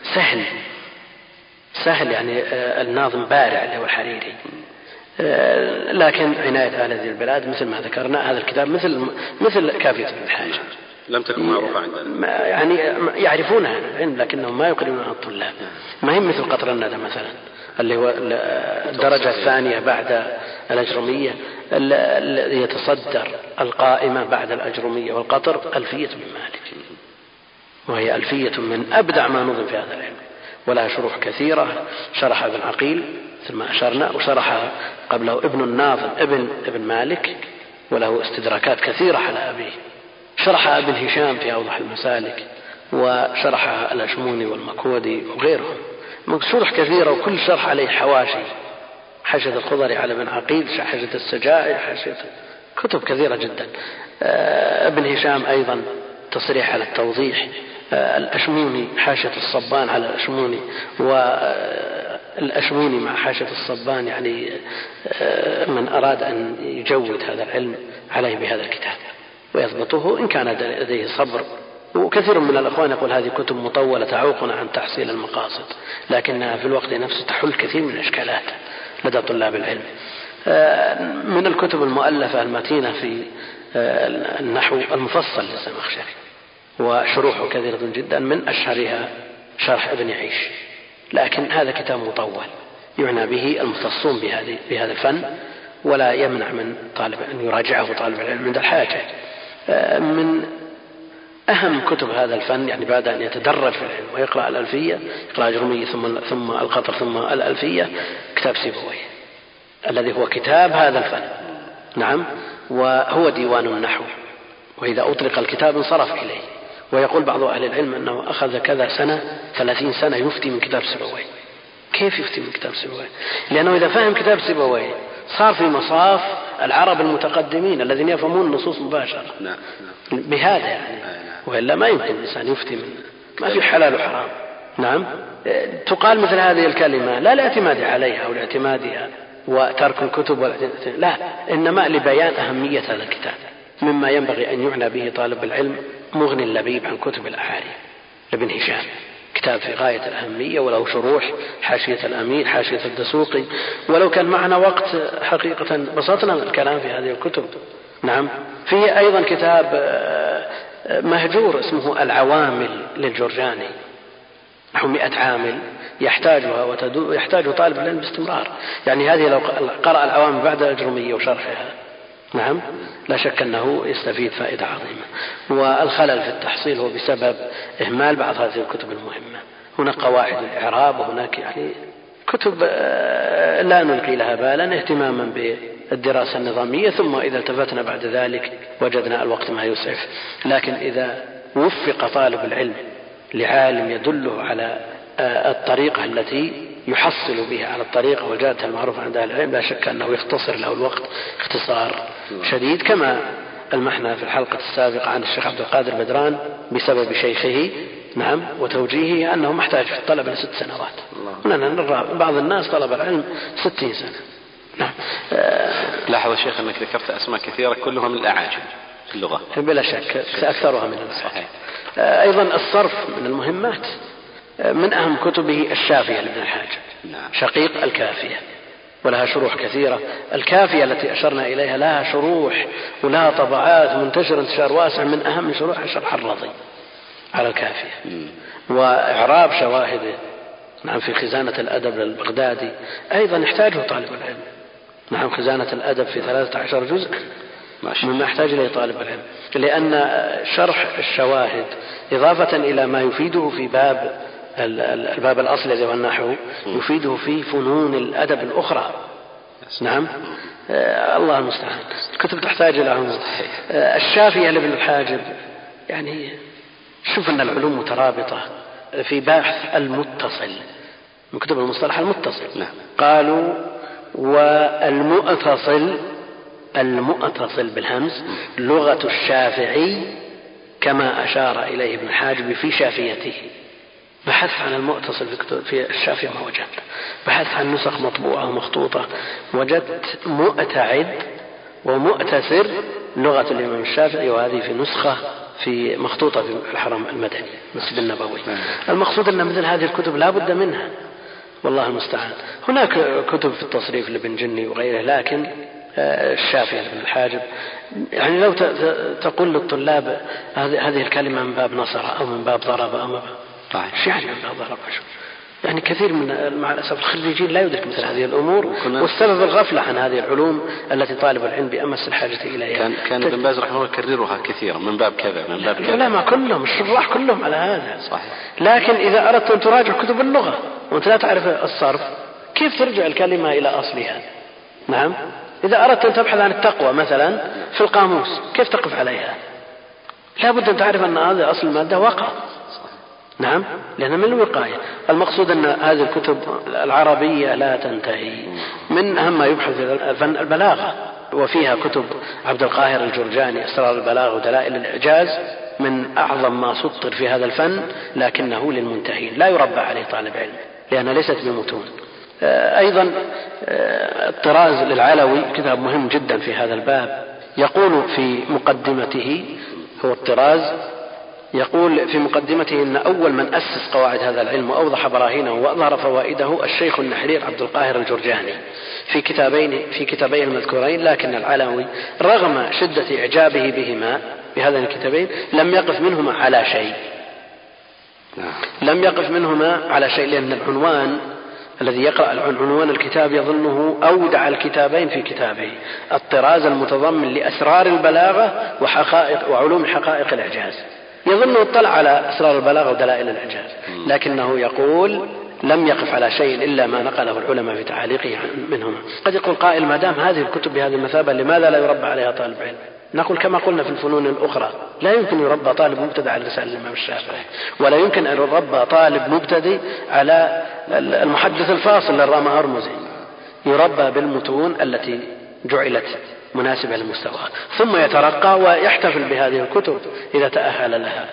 سهل يعني الناظم بارع اللي هو الحريري، لكن عناية أهل هذه البلاد مثل ما ذكرنا هذا الكتاب مثل كافية ابن الحاج
لم تكن معروفة عندنا،
يعني يعرفونها العلم لكنهم ما يقرنونها الطلاب. ما هي مثل قطر الندى مثلا اللي هو الدرجة الثانية بعد الأجرمية، الذي يتصدر القائمة بعد الأجرمية والقطر ألفية بن مالك، وهي ألفية من أبدع ما نظم في هذا العلم، ولها شروح كثيرة شرحها ابن عقيل مثل ما أشرنا، وشرحها قبله ابن الناظم ابن مالك، وله استدراكات كثيرة على أبيه. شرحها ابن هشام في أوضح المسالك، وشرحها الأشموني والمكودي وغيرهم، شروح كثيرة، وكل شرح عليه حواشي، حاشية الخضري على ابن عقيل، حاشية السجائي، حاشية كتب كثيرة جدا. ابن هشام أيضا تصريح على التوضيح، الأشموني حاشية الصبان على الأشموني، والأشموني مع حاشية الصبان، يعني من أراد أن يجود هذا العلم عليه بهذا الكتاب ويضبطه إن كان لديه صبر. وكثير من الأخوان يقول هذه كتب مطولة تعوقنا عن تحصيل المقاصد، لكنها في الوقت نفسه تحل كثير من الإشكالات لدى طلاب العلم. من الكتب المؤلفة المتينة في النحو المفصل للزمخشري، وشروحه كثيرة جدا، من أشهرها شرح ابن عيش، لكن هذا كتاب مطول يعنى به المختصون بهذا الفن، ولا يمنع من طالب أن يراجعه طالب العلم عند الحاجة. من أهم كتب هذا الفن يعني بعد أن يتدرج في العلم ويقرأ الألفية، يقرأ الأجرمية ثم القطر ثم الألفية، كتاب سيبويه الذي هو كتاب هذا الفن، نعم، وهو ديوان النحو، وإذا أطلق الكتاب انصرف إليه. ويقول بعض أهل العلم أنه أخذ كذا سنة 30 سنة يفتي من كتاب سيبويه. كيف يفتي من كتاب سيبويه؟ لأنه إذا فهم كتاب سيبويه صار في مصاف العرب المتقدمين الذين يفهمون النصوص مباشرة بهذا يعني، وإلا ما يمكن الإنسان يفتي من ما في حلال وحرام. نعم، تقال مثل هذه الكلمة لا لاعتماد عليها أو لاعتمادها وترك الكتب، لا، إنما لبيان أهمية هذا الكتاب، مما ينبغي أن يعنى به طالب العلم مغني اللبيب عن كتب الأعاري لابن هشام، كتاب في غاية الأهمية، وله شروح، حاشية الأمين، حاشية الدسوقي. ولو كان معنا وقت حقيقة بسطنا الكلام في هذه الكتب. نعم، فيه أيضا كتاب مهجور اسمه العوامل للجرجاني، نحو 100 عامل يحتاجها يحتاج طالب العلم باستمرار. يعني هذه لو قرأ العوامل بعد الأجرمية وشرحها، نعم، لا شك أنه يستفيد فائدة عظيمة. والخلل في التحصيل هو بسبب إهمال بعض هذه الكتب المهمة. هناك قواعد الإعراب، وهناك يعني كتب لا نلقي لها بالا اهتماما بالدراسة النظامية، ثم إذا التفتنا بعد ذلك وجدنا الوقت ما يسعف. لكن إذا وفق طالب العلم لعالم يدله على الطريقة التي يحصل بها على الطريقة والجادة المعروفة عند أهل العلم، لا شك أنه يختصر له الوقت اختصار شديد، كما المحنا في الحلقة السابقة عن الشيخ عبد القادر بدران بسبب شيخه، نعم، وتوجيهه أنه محتاج في الطلب ل6 سنوات. نرى بعض الناس طلب العلم 60 سنة. نعم.
لاحظ الشيخ أنك ذكرت أسماء كثيرة كلها من الأعاجم في اللغة،
بلا شك أكثرها من الأصحاب. أيضا الصرف من المهمات، من أهم كتبه الشافية لابن الحاج، شقيق الكافية، ولها شروح كثيرة. الكافية التي أشرنا إليها لها شروح ولها طبعات منتشرة انتشار واسع، من أهم شروح شرح الرضي على الكافية، وإعراب شواهده، نعم، في خزانة الأدب للبغدادي أيضا يحتاجه طالب العلم. نعم، خزانة الأدب في 13 جزء مما يحتاج إليه طالب العلم، لأن شرح الشواهد إضافة إلى ما يفيده في الباب الأصل الذي هو النحو، يفيده في فنون الأدب الأخرى. نعم، الله المستعان، الكتب تحتاج إلى عمر. الشافية لابن الحاجب، يعني شوف أن العلوم مترابطة في باحث المتصل من كتب المصطلح المتصل. قالوا والمؤتصل بالهمز لغة الشافعي كما أشار إليه ابن حاجب في شافيته. بحثت عن المؤتصل في الشافية ما وجدت، بحثت عن نسخ مطبوعة ومخطوطة، وجدت مؤتعد ومؤتسر لغة الإمام الشافعي، وهذه في نسخة في مخطوطة في الحرم المدني مسجد النبوي. المقصود أن مثل هذه الكتب لا بد منها، والله المستعان. هناك كتب في التصريف لابن جني وغيره، لكن الشافعي بن الحاجب يعني لو تقول للطلاب هذه الكلمة من باب نصر أو من باب ضرب أو ايش يعني من باب ضرب، يعني كثير من مع الأسف الخريجين لا يدرك مثل هذه الأمور، والسبب الغفلة عن هذه العلوم التي طالب العلم بأمس الحاجة إليها.
كان ابن باز رحمه الله يكررها كثيرا من باب كذا من باب كذا.
لا ما كلهم الشراح كلهم على هذا
صحيح.
لكن إذا أردت أن تراجع كتب اللغة وأنت لا تعرف الصرف كيف ترجع الكلمة إلى أصلها؟ نعم. إذا أردت أن تبحث عن التقوى مثلا في القاموس كيف تقف عليها؟ لا بد أن تعرف أن هذا أصل المادة وقع. نعم، لأن من الوقاية. المقصود أن هذه الكتب العربية لا تنتهي. من أهم ما يبحث في فن البلاغة، وفيها كتب عبد القاهر الجرجاني أسرار البلاغة ودلائل الإعجاز، من أعظم ما سطر في هذا الفن، لكنه للمنتهين لا يربى عليه طالب علم لأنها ليست بمتون. أيضا الطراز للعلوي كتاب مهم جدا في هذا الباب، يقول في مقدمته، هو الطراز، يقول في مقدمته إن أول من أسس قواعد هذا العلم وأوضح براهينه وأظهر فوائده الشيخ النحرير عبد القاهر الجرجاني في كتابين المذكورين. لكن العلوي رغم شدة إعجابه بهما بهذين الكتابين لم يقف منهما على شيء، لأن العنوان الذي يقرأ عنوان الكتاب يظنه أودع الكتابين في كتابه، الطراز المتضمن لأسرار البلاغة وعلوم حقائق الإعجاز، يظنه اطلع على أسرار البلاغة ودلائل الإعجاز، لكنه يقول لم يقف على شيء إلا ما نقله العلماء في تعاليقه منهما. قد يقول قائل ما دام هذه الكتب بهذه المثابة لماذا لا يربى عليها طالب علم؟ نقول كما قلنا في الفنون الأخرى، لا يمكن يربى طالب مبتدئ على رسالة الإمام الشافعي، ولا يمكن أن يربى طالب مبتدئ على المحدث الفاصل للرامة هرمزي، يربى بالمتون التي جعلت مناسبة للمستوى، ثم يترقى ويحتفل بهذه الكتب إذا تأهل لها.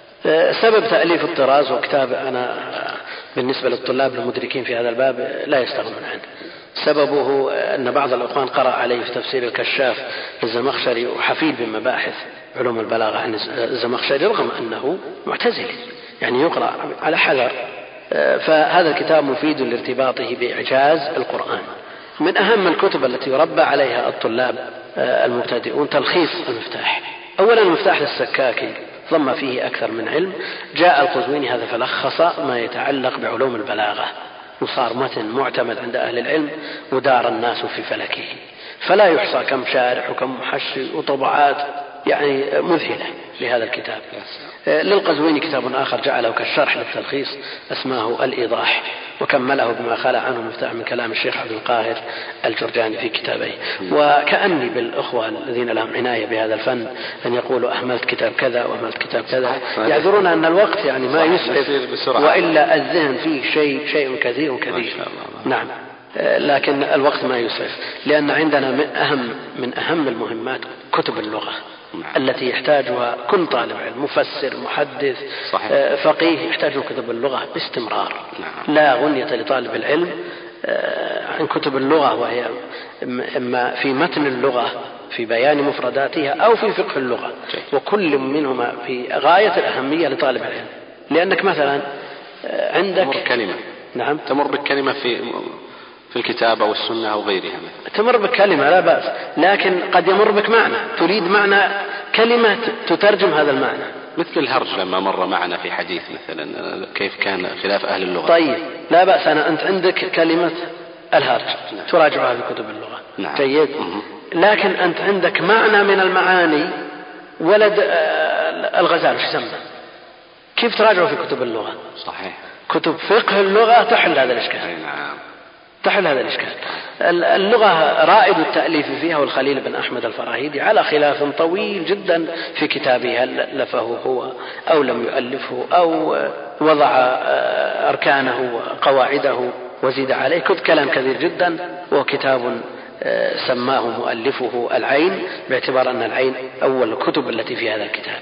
سبب تأليف الطراز وكتاب أنا بالنسبة للطلاب المدركين في هذا الباب لا يستغنون عنه، سببه أن بعض الأخوان قرأ عليه في تفسير الكشاف للزمخشري، وحفيد بمباحث علوم البلاغة عن الزمخشري رغم أنه معتزلي، يعني يقرأ على حذر. فهذا الكتاب مفيد لارتباطه بإعجاز القرآن. من أهم الكتب التي يربى عليها الطلاب المبتدئون تلخيص المفتاح. أولا المفتاح للسكاكي ضم فيه أكثر من علم، جاء القزويني هذا فلخص ما يتعلق بعلوم البلاغة، وصار متن معتمد عند أهل العلم ودار الناس في فلكه، فلا يحصى كم شارح وكم محشي وطبعات يعني مذهلة لهذا الكتاب. للقزويني كتاب آخر جعله كالشرح للتلخيص اسمه الإيضاح، وكمله بما خلا عنه مفتاح من كلام الشيخ عبد القاهر الجرجاني في كتابه. وكأني بالأخوة الذين لهم عناية بهذا الفن أن يقولوا أهملت كتاب كذا وأهملت كتاب كذا، يعذرون أن الوقت يعني ما يسعف، وإلا الذهن فيه شيء كثير. نعم، لكن الوقت ما يسعف، لأن عندنا من أهم المهمات كتب اللغة التي يحتاجها كل طالب علم، مفسر، محدث، فقيه، يحتاج كتب اللغة باستمرار. لا غنية لطالب العلم عن كتب اللغة، وهي إما في متن اللغة في بيان مفرداتها أو في فقه اللغة، وكل منهما في غاية الأهمية لطالب العلم. لأنك مثلا عندك
تمر كلمة، نعم، تمر بالكلمة في الكتابة والسنة أو غيرها،
تمر بكلمة لا بأس، لكن قد يمر بك معنى، تريد معنى كلمة تترجم هذا المعنى،
مثل الهرج لما مر معنا في حديث مثلا كيف كان خلاف أهل اللغة.
طيب لا بأس، أنت عندك كلمة الهرج تراجعها في كتب اللغة.
نعم.
جيد. لكن أنت عندك معنى من المعاني ولد الغزال وش يسمى، كيف تراجعه في كتب اللغة؟
صحيح.
كتب فقه اللغة تحل هذا الإشكال.
نعم.
تحل هذا الإشكال. اللغة رائد التأليف فيها والخليل بن أحمد الفراهيدي على خلاف طويل جدا في كتابه، هل ألفه هو أو لم يؤلفه أو وضع أركانه وقواعده وزيد عليه، كتب كلام كثير جدا، وكتاب سماه مؤلفه العين باعتبار أن العين أول الكتب التي في هذا الكتاب.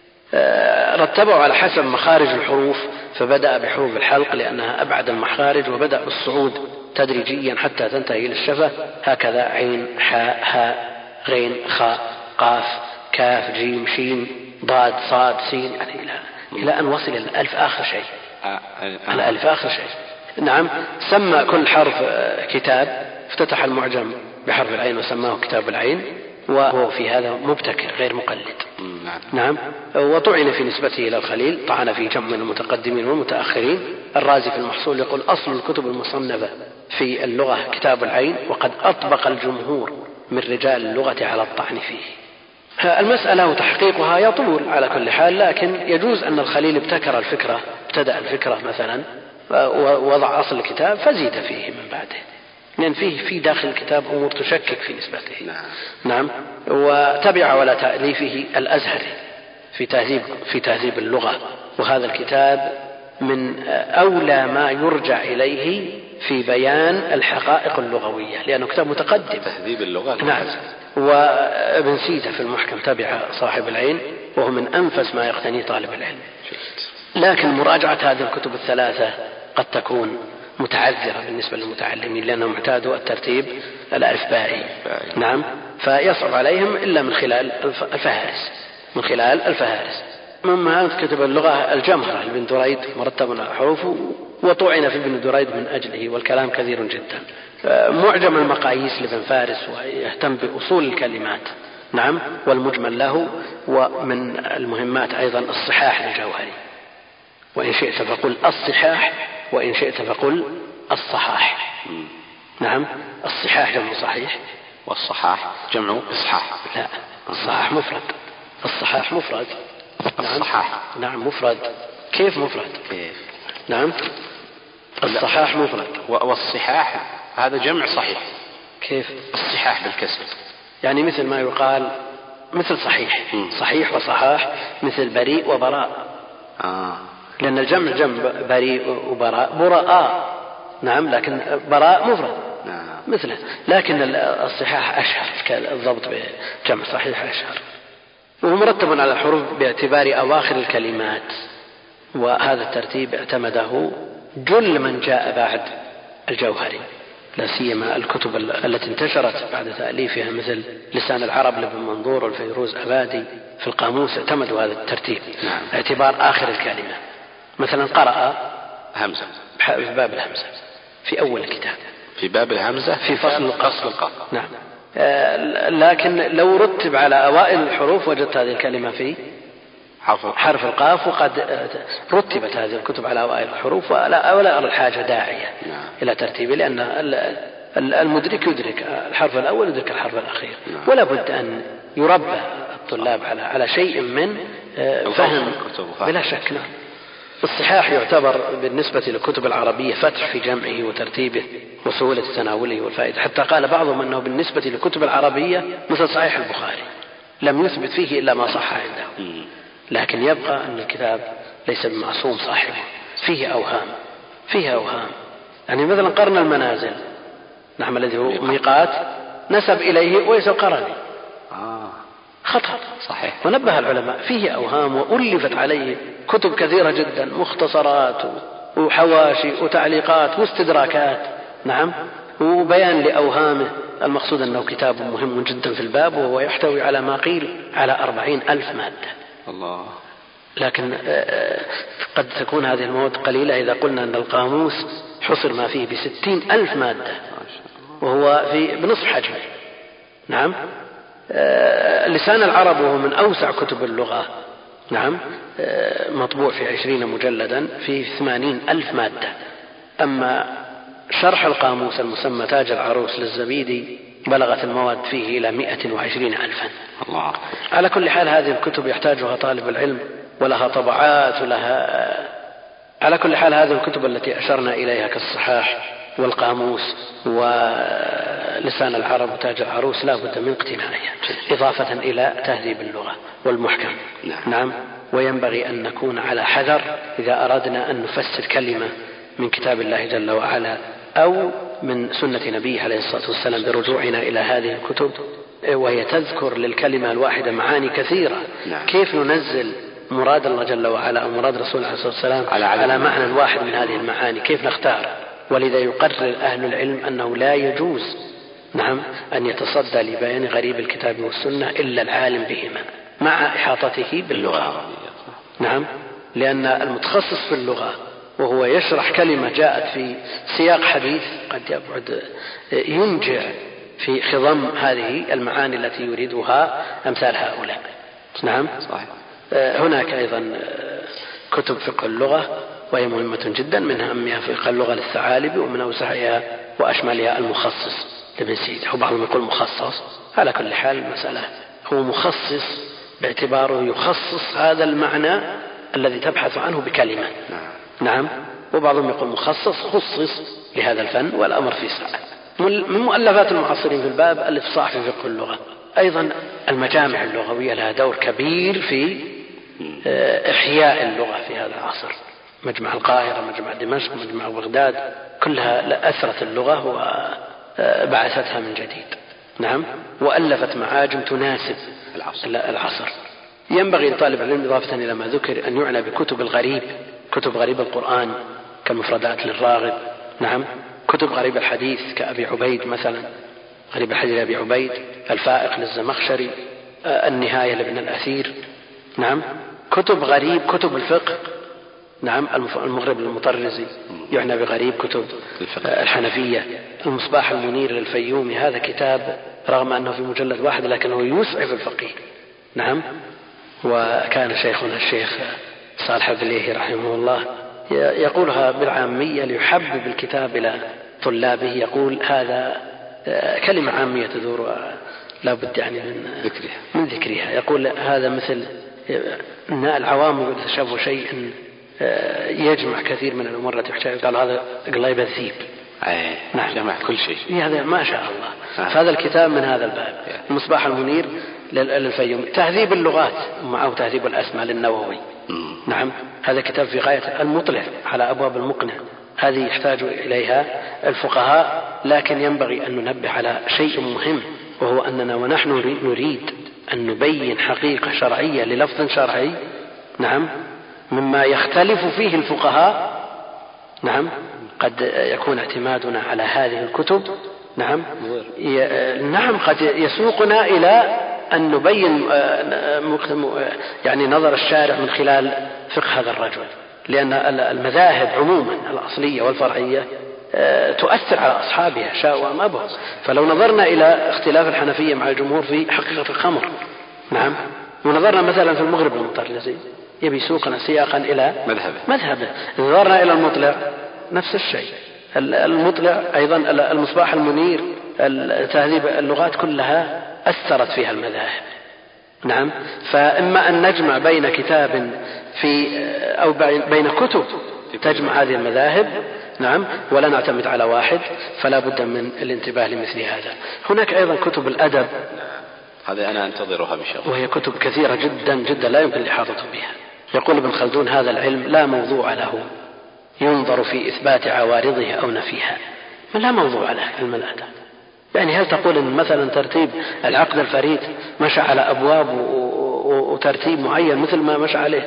رتبوا على حسب مخارج الحروف، فبدأ بحروف الحلق لأنها أبعد المخارج، وبدأ بالصعود تدريجيا حتى تنتهي إلى الشفة، هكذا عين حاء هاء غين خاء قاف كاف جيم شين ضاد صاد سين يعني إلى أن وصل الألف آخر شيء. الألف آخر شيء. نعم. سمى كل حرف كتاب، افتتح المعجم بحرف العين وسماه كتاب العين، وهو في هذا مبتكر غير مقلد. نعم. وطعن في نسبته إلى الخليل، طعن في جمع من المتقدمين والمتأخرين. الرازي في المحصول يقول: أصل الكتب المصنفة في اللغة كتاب العين، وقد أطبق الجمهور من رجال اللغة على الطعن فيه. المسألة وتحقيقها يطول على كل حال، لكن يجوز أن الخليل ابتدأ الفكرة مثلا ووضع أصل الكتاب فزيد فيه من بعده، لأن في داخل الكتاب أمور تشكك في نسبته. نعم. وتبع ولا تأليفه الأزهري في تهذيب اللغة، وهذا الكتاب من أولى ما يرجع إليه في بيان الحقائق اللغوية، لأنه كتاب متقدم
تهذيب اللغة.
نعم. وابن سيدة في المحكم تبع صاحب العين، وهو من أنفس ما يقتني طالب العلم. لكن مراجعة هذه الكتب الثلاثة قد تكون متعذرة بالنسبة للمتعلمين، لأنهم اعتادوا الترتيب الألفبائي. نعم. فيصعب عليهم إلا من خلال الفهارس. مما كتب اللغة الجمهرة لابن دريد مرتب على الحروف، وطعن في ابن دريد من أجله، والكلام كثير جدا. معجم المقاييس لابن فارس، ويهتم بأصول الكلمات. نعم. والمجمل له. ومن المهمات أيضا الصحاح للجوهري، وإن شئت فقل الصحاح، وإن شئت فقل الصحاح. نعم. الصحاح جمع صحيح،
والصحاح جمع إصحاح.
لا، الصحاح مفرد. الصحاح مفرد.
الصحاح.
نعم مفرد. كيف مفرد؟
كيف؟
نعم. الصحاح مفرد.
والصحاح هذا جمع صحيح.
كيف؟
الصحاح بالكسر،
يعني مثل ما يقال مثل صحيح. صحيح وصحاح، مثل بريء وبراء. لأن الجمع جمع بريء وبراء. نعم. لكن براء مفرد مثله. لكن الصحاح أشهر، الضبط بجمع صحيح أشهر، وهو مرتب على الحروف باعتبار أواخر الكلمات. وهذا الترتيب اعتمده جل من جاء بعد الجوهري، لا سيما الكتب التي انتشرت بعد تأليفها مثل لسان العرب لابن منظور والفيروز أبادي في القاموس، اعتمدوا هذا الترتيب. اعتبار آخر الكلمة. مثلا قرأ
همزة
في باب الهمزة في أول الكتاب،
في باب الهمزة
في فصل القاف. نعم. لكن لو رتب على أوائل الحروف وجدت هذه الكلمة في حرف القاف، وقد رتبت هذه الكتب على أوائل الحروف، ولا أرى الحاجة داعية إلى ترتيبه، لأن المدرك يدرك الحرف الأول يدرك الحرف الأخير. ولا بد أن يربى الطلاب على شيء من فهم بلا شك. نعم. الصحاح يعتبر بالنسبة للكتب العربية فتح في جمعه وترتيبه وسهولة تناوله والفائدة، حتى قال بعضهم أنه بالنسبة للكتب العربية مثل صحيح البخاري، لم يثبت فيه إلا ما صح عنده، لكن يبقى أن الكتاب ليس بمعصوم صاحبه، فيه أوهام. يعني مثلا قرن المنازل، نعم، الذي هو ميقات نسب إليه ويس القرني، خطأ صحيح. ونبه العلماء فيه أوهام، وألفت عليه كتب كثيرة جدا، مختصرات وحواشي وتعليقات واستدراكات. نعم. وبيان لأوهامه. المقصود أنه كتاب مهم جدا في الباب، وهو يحتوي على ما قيل على 40,000 مادة. الله. لكن قد تكون هذه المواد قليلة إذا قلنا أن القاموس حصر ما فيه ب60,000 مادة، وهو بنصف حجمه. نعم. لسان العرب وهو من أوسع كتب اللغة، نعم، مطبوع في 20 مجلدا في 80,000 مادة. أما شرح القاموس المسمى تاج العروس للزبيدي بلغت المواد فيه إلى 120,000. الله. على كل حال هذه الكتب يحتاجها طالب العلم، ولها طبعات ولها. على كل حال هذه الكتب التي أشرنا إليها كالصحاح والقاموس ولسان العرب وتاج العروس لا بد من اقتنائها، إضافة إلى تهذيب اللغة والمحكم. نعم. وينبغي أن نكون على حذر إذا أردنا أن نفسر كلمة من كتاب الله جل وعلا أو من سنة نبيه عليه الصلاة والسلام برجوعنا إلى هذه الكتب، وهي تذكر للكلمة الواحدة معاني كثيرة. كيف ننزل مراد الله جل وعلا أو مراد رسول الله صلى الله عليه وسلم على معنى واحد من هذه المعاني؟ كيف نختار؟ ولذا يقرر أهل العلم أنه لا يجوز نعم، أن يتصدى لبيان غريب الكتاب والسنة إلا العالم بهما مع إحاطته باللغة. نعم، لأن المتخصص في اللغة وهو يشرح كلمة جاءت في سياق حديث قد يبعد ينجع في خضم هذه المعاني التي يريدها أمثال هؤلاء. نعم صحيح. هناك أيضا كتب فقه اللغة وهي مهمة جدا، من أهمها فقه اللغة للثعالبي، ومن أوسعها وأشملها المخصص لابن سيدة، وبعضهم يقول مخصص. على كل حال المسألة هو مخصص باعتباره يخصص هذا المعنى الذي تبحث عنه بكلمة. نعم، وبعضهم يقول مخصص خصص لهذا الفن، والأمر في سعة. من مؤلفات المعاصرين في الباب الإفصاح في فقه اللغة. أيضا المجامع اللغوية لها دور كبير في إحياء اللغة في هذا العصر. مجمع القاهرة، مجمع دمشق، مجمع بغداد، كلها أثرت اللغة وبعثتها من جديد. نعم، وألفت معاجم تناسب العصر. ينبغي لطالب العلم إضافة إلى ما ذكر أن يعنى بكتب الغريب، كتب غريب القرآن كالمفردات للراغب. نعم، كتب غريب الحديث كأبي عبيد مثلا، غريب الحديث لأبي عبيد، الفائق للزمخشري، النهاية لابن الأثير. نعم، كتب غريب، كتب الفقه. نعم، المغرب للمطرزي يعنى بغريب كتب الحنفية. المصباح المنير للفيومي، هذا كتاب رغم أنه في مجلد واحد لكنه يسعف الفقيه. نعم، وكان شيخنا الشيخ صالح بليه رحمه الله يقولها بالعامية ليحبب الكتاب إلى طلابه، يقول هذا كلمة عامية تدور لا بد يعني من ذكرها. يقول هذا مثل أن العوام إذا شافوا شيء يجمع كثير من الأمور التي يحتاج، قال هذا قليب الذيب.
نعم، جمع كل شيء.
هذا ما شاء الله. فهذا الكتاب من هذا الباب. المصباح المنير للفيوم، تهذيب اللغات معه تهذيب الأسماء للنووي. نعم، هذا كتاب في غاية. المطلع على أبواب المقنع، هذه يحتاج إليها الفقهاء، لكن ينبغي أن ننبه على شيء مهم، وهو أننا ونحن نريد أن نبين حقيقة شرعية للفظ شرعي، نعم، مما يختلف فيه الفقهاء، نعم، قد يكون اعتمادنا على هذه الكتب، نعم، نعم، قد يسوقنا إلى أن نبين يعني نظر الشارع من خلال فقه هذا الرجل، لأن المذاهب عموما الأصلية والفرعية تؤثر على أصحابها شاءوا أم أبوا. فلو نظرنا إلى اختلاف الحنفية مع الجمهور في حقيقة الخمر، نعم، ونظرنا مثلا في المغرب المطرزي يبي يسوقنا سياقا إلى مذهبه. نظرنا إلى المطلع نفس الشيء، المطلع أيضا، المصباح المنير، تهذيب اللغات، كلها أثرت فيها المذاهب. نعم، فإما أن نجمع بين كتاب أو بين كتب تجمع هذه المذاهب، نعم، ولا نعتمد على واحد، فلا بد من الانتباه لمثل هذا. هناك أيضا كتب الأدب،
هذا أنا أنتظرها بشغف،
وهي كتب كثيرة جدا جدا لا يمكن الإحاطة بها. يقول ابن خلدون هذا العلم لا موضوع له ينظر في إثبات عوارضه أو نفيها. ما لا موضوع له علم الأدب. يعني هل تقول إن مثلا ترتيب العقد الفريد مشى على أبواب وترتيب معين مثل ما مشى عليه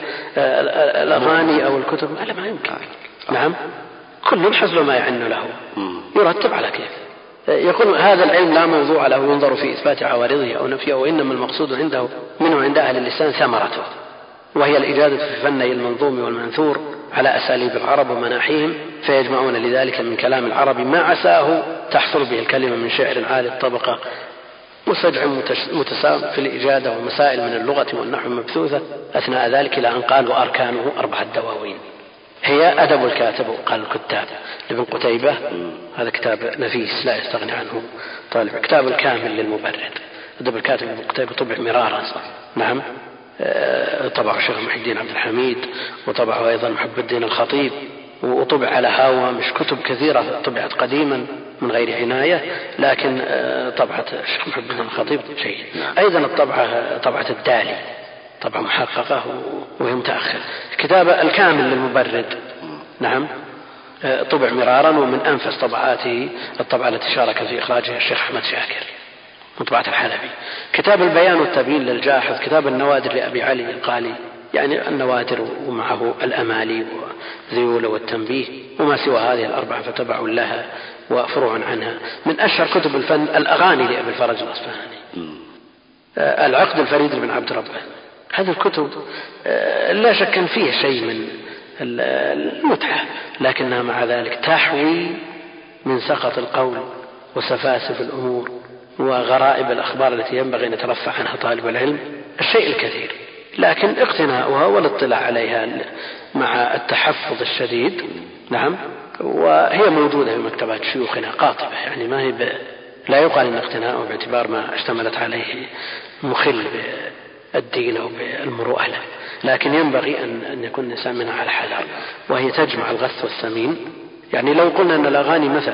الأغاني أو الكتب؟ ما يمكن. نعم، كل حسب ما يعن له يرتب على كيف. يقول هذا العلم لا موضوع له ينظر في إثبات عوارضه أو نفيه، وإنما المقصود منه عند أهل اللسان ثمرته، وهي الإجادة في فني المنظوم والمنثور على أساليب العرب ومناحيهم، فيجمعون لذلك من كلام العرب ما عساه تحصل به الكلمة من شعر عالي الطبقة وسجع متساوٍ في الإجادة، ومسائل من اللغة والنحو مبثوثة أثناء ذلك، إلى أن قال وأركانه 4 دواوين. هي أدب الكاتب وقال الكتاب لابن قتيبة، هذا كتاب نفيس لا يستغني عنه طالب. كتاب الكامل للمبرد، أدب الكاتب لابن قتيبة طبع مرارا، نعم، طبعه الشيخ محي الدين عبد الحميد، وطبعه أيضا محب الدين الخطيب، وطبع على هاوامش. كتب كثيرة طبعت قديما من غير عناية، لكن طبعة الشيخ محب الدين الخطيب شيء. أيضا طبعة الدالي طبعة محققة وهي متأخر. كتاب الكامل للمبرد، نعم، طبع مرارا، ومن أنفس طبعاته الطبعة التي شارك في إخراجها الشيخ أحمد شاكر، مطبعة الحلبي. كتاب البيان والتبيين للجاحظ. كتاب النوادر لأبي علي القالي، يعني النوادر ومعه الأمالي وذيول والتنبيه وما سوى هذه 4 فتبع لها وفروع عنها. من أشهر كتب الفن الأغاني لأبي الفرج الأصفهاني، العقد الفريد بن عبد ربه. هذه الكتب لا شك أن فيها شيء من المتعة، لكنها مع ذلك تحوي من سقط القول وسفاسف الأمور وغرائب الأخبار التي ينبغي أن يترفع عنها طالب العلم الشيء الكثير، لكن اقتناؤها والاطلاع عليها مع التحفظ الشديد. نعم، وهي موجودة في مكتبات شيوخنا قاطبة، يعني ما هي لا يقال أن اقتناؤه باعتبار ما اشتملت عليه مخل بالدين أو بالمروءة، لكن ينبغي أن يكون الإنسان منها على حذر، وهي تجمع الغث والسمين. يعني لو قلنا أن الأغاني مثلا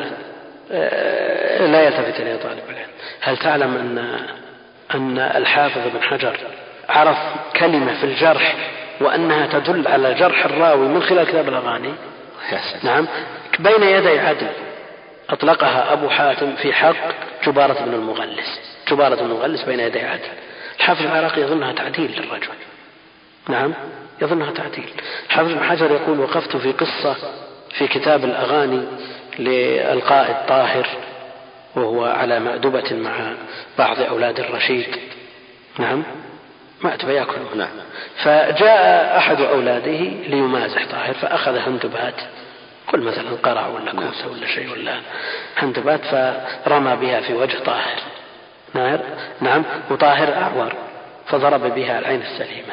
لا يلتفت إليها طالب العلم، هل تعلم أن الحافظ بن حجر عرف كلمة في الجرح وأنها تدل على جرح الراوي من خلال كتاب الأغاني؟ نعم، بين يدي عدل أطلقها أبو حاتم في حق جبارة بن المغلس. جبارة بن المغلس بين يدي عدل. الحافظ العراقي يظنها تعديل للرجل. نعم، يظنها تعديل. الحافظ بن حجر يقول: وقفت في قصة في كتاب الأغاني للقائد طاهر وهو على مأدبة مع بعض أولاد الرشيد. نعم، مأدبة يأكل. فجاء أحد أولاده ليمازح طاهر، فأخذ هندبات، كل مثلا قرع ولا كوسة ولا شيء ولا هندبات، فرمى بها في وجه طاهر. نعم، وطاهر أعور، فضرب بها العين السليمة.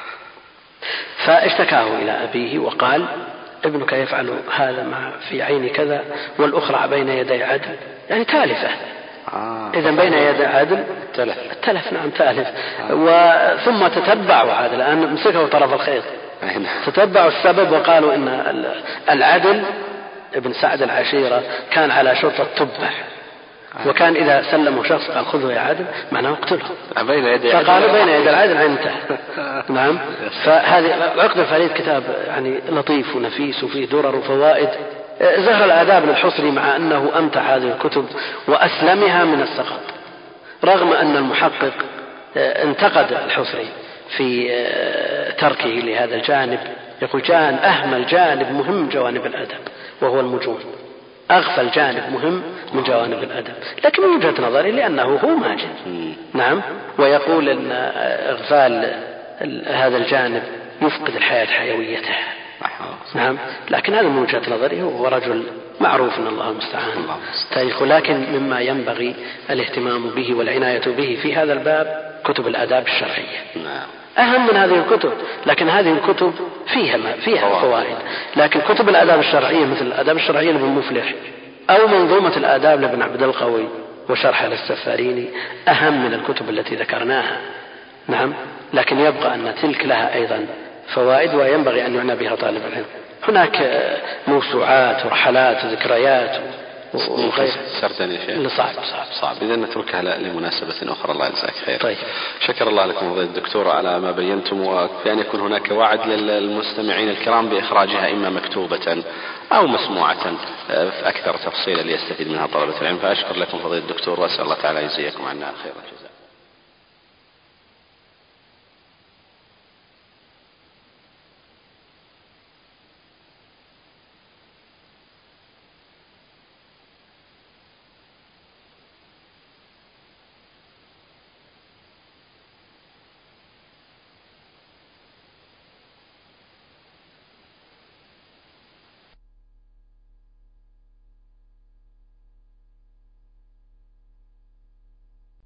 فاشتكاه إلى أبيه وقال: ابنك يفعل هذا مع في عين كذا والأخرى بين يدي عدل، يعني تالفة. إذا بين يدي عدل التلف. نعم، تالف. ثم تتبعوا هذا الآن، مسكه طرف الخيط، تتبعوا السبب وقالوا إن العدل ابن سعد العشيرة كان على شرطة تبع، وكان إذا سلموا شخص قال: خذه يا عدل، معناه اقتله، فقالوا بين يدي العدل انتهى. نعم. فهذه عقد الفريد كتاب يعني لطيف ونفيس وفيه درر وفوائد. زهر الآداب للحصري مع أنه أمتع هذه الكتب وأسلمها من السقط، رغم أن المحقق انتقد الحصري في تركه لهذا الجانب، يقول: أهمل جانب مهم من جوانب الأدب وهو المجون، أغفل جانب مهم من جوانب الأدب، لكن من وجهة نظري لأنه هو ماجد. نعم، ويقول أن إغفال هذا الجانب يفقد الحياة حيويتها. نعم، لكن هذا من وجهة نظري، هو رجل معروف من الله المستعان تاريخه، لكن مما ينبغي الاهتمام به والعناية به في هذا الباب كتب الآداب الشرعية أهم من هذه الكتب، لكن هذه الكتب فيها فوائد، لكن كتب الآداب الشرعية مثل الآداب الشرعية لابن مفلح أو منظومة الآداب لابن عبد القوي وشرحها للسفاريني أهم من الكتب التي ذكرناها. نعم، لكن يبقى أن تلك لها أيضا فوائد وينبغي أن يعنى بها طالب العلم. هناك موسوعات ورحلات وذكريات وغير
سردني صعب إذا نتركها لمناسبة أخرى. الله يجزاك خير.
طيب.
شكر الله لكم فضيلة الدكتور على ما بينتم، وبأن يكون هناك وعد للمستمعين الكرام بإخراجها إما مكتوبة أو مسموعة أكثر تفصيلا ليستفيد منها طلبة العلم. فأشكر لكم فضيلة الدكتور، وأسأل الله تعالى يجزيكم عنا خير الجزاء.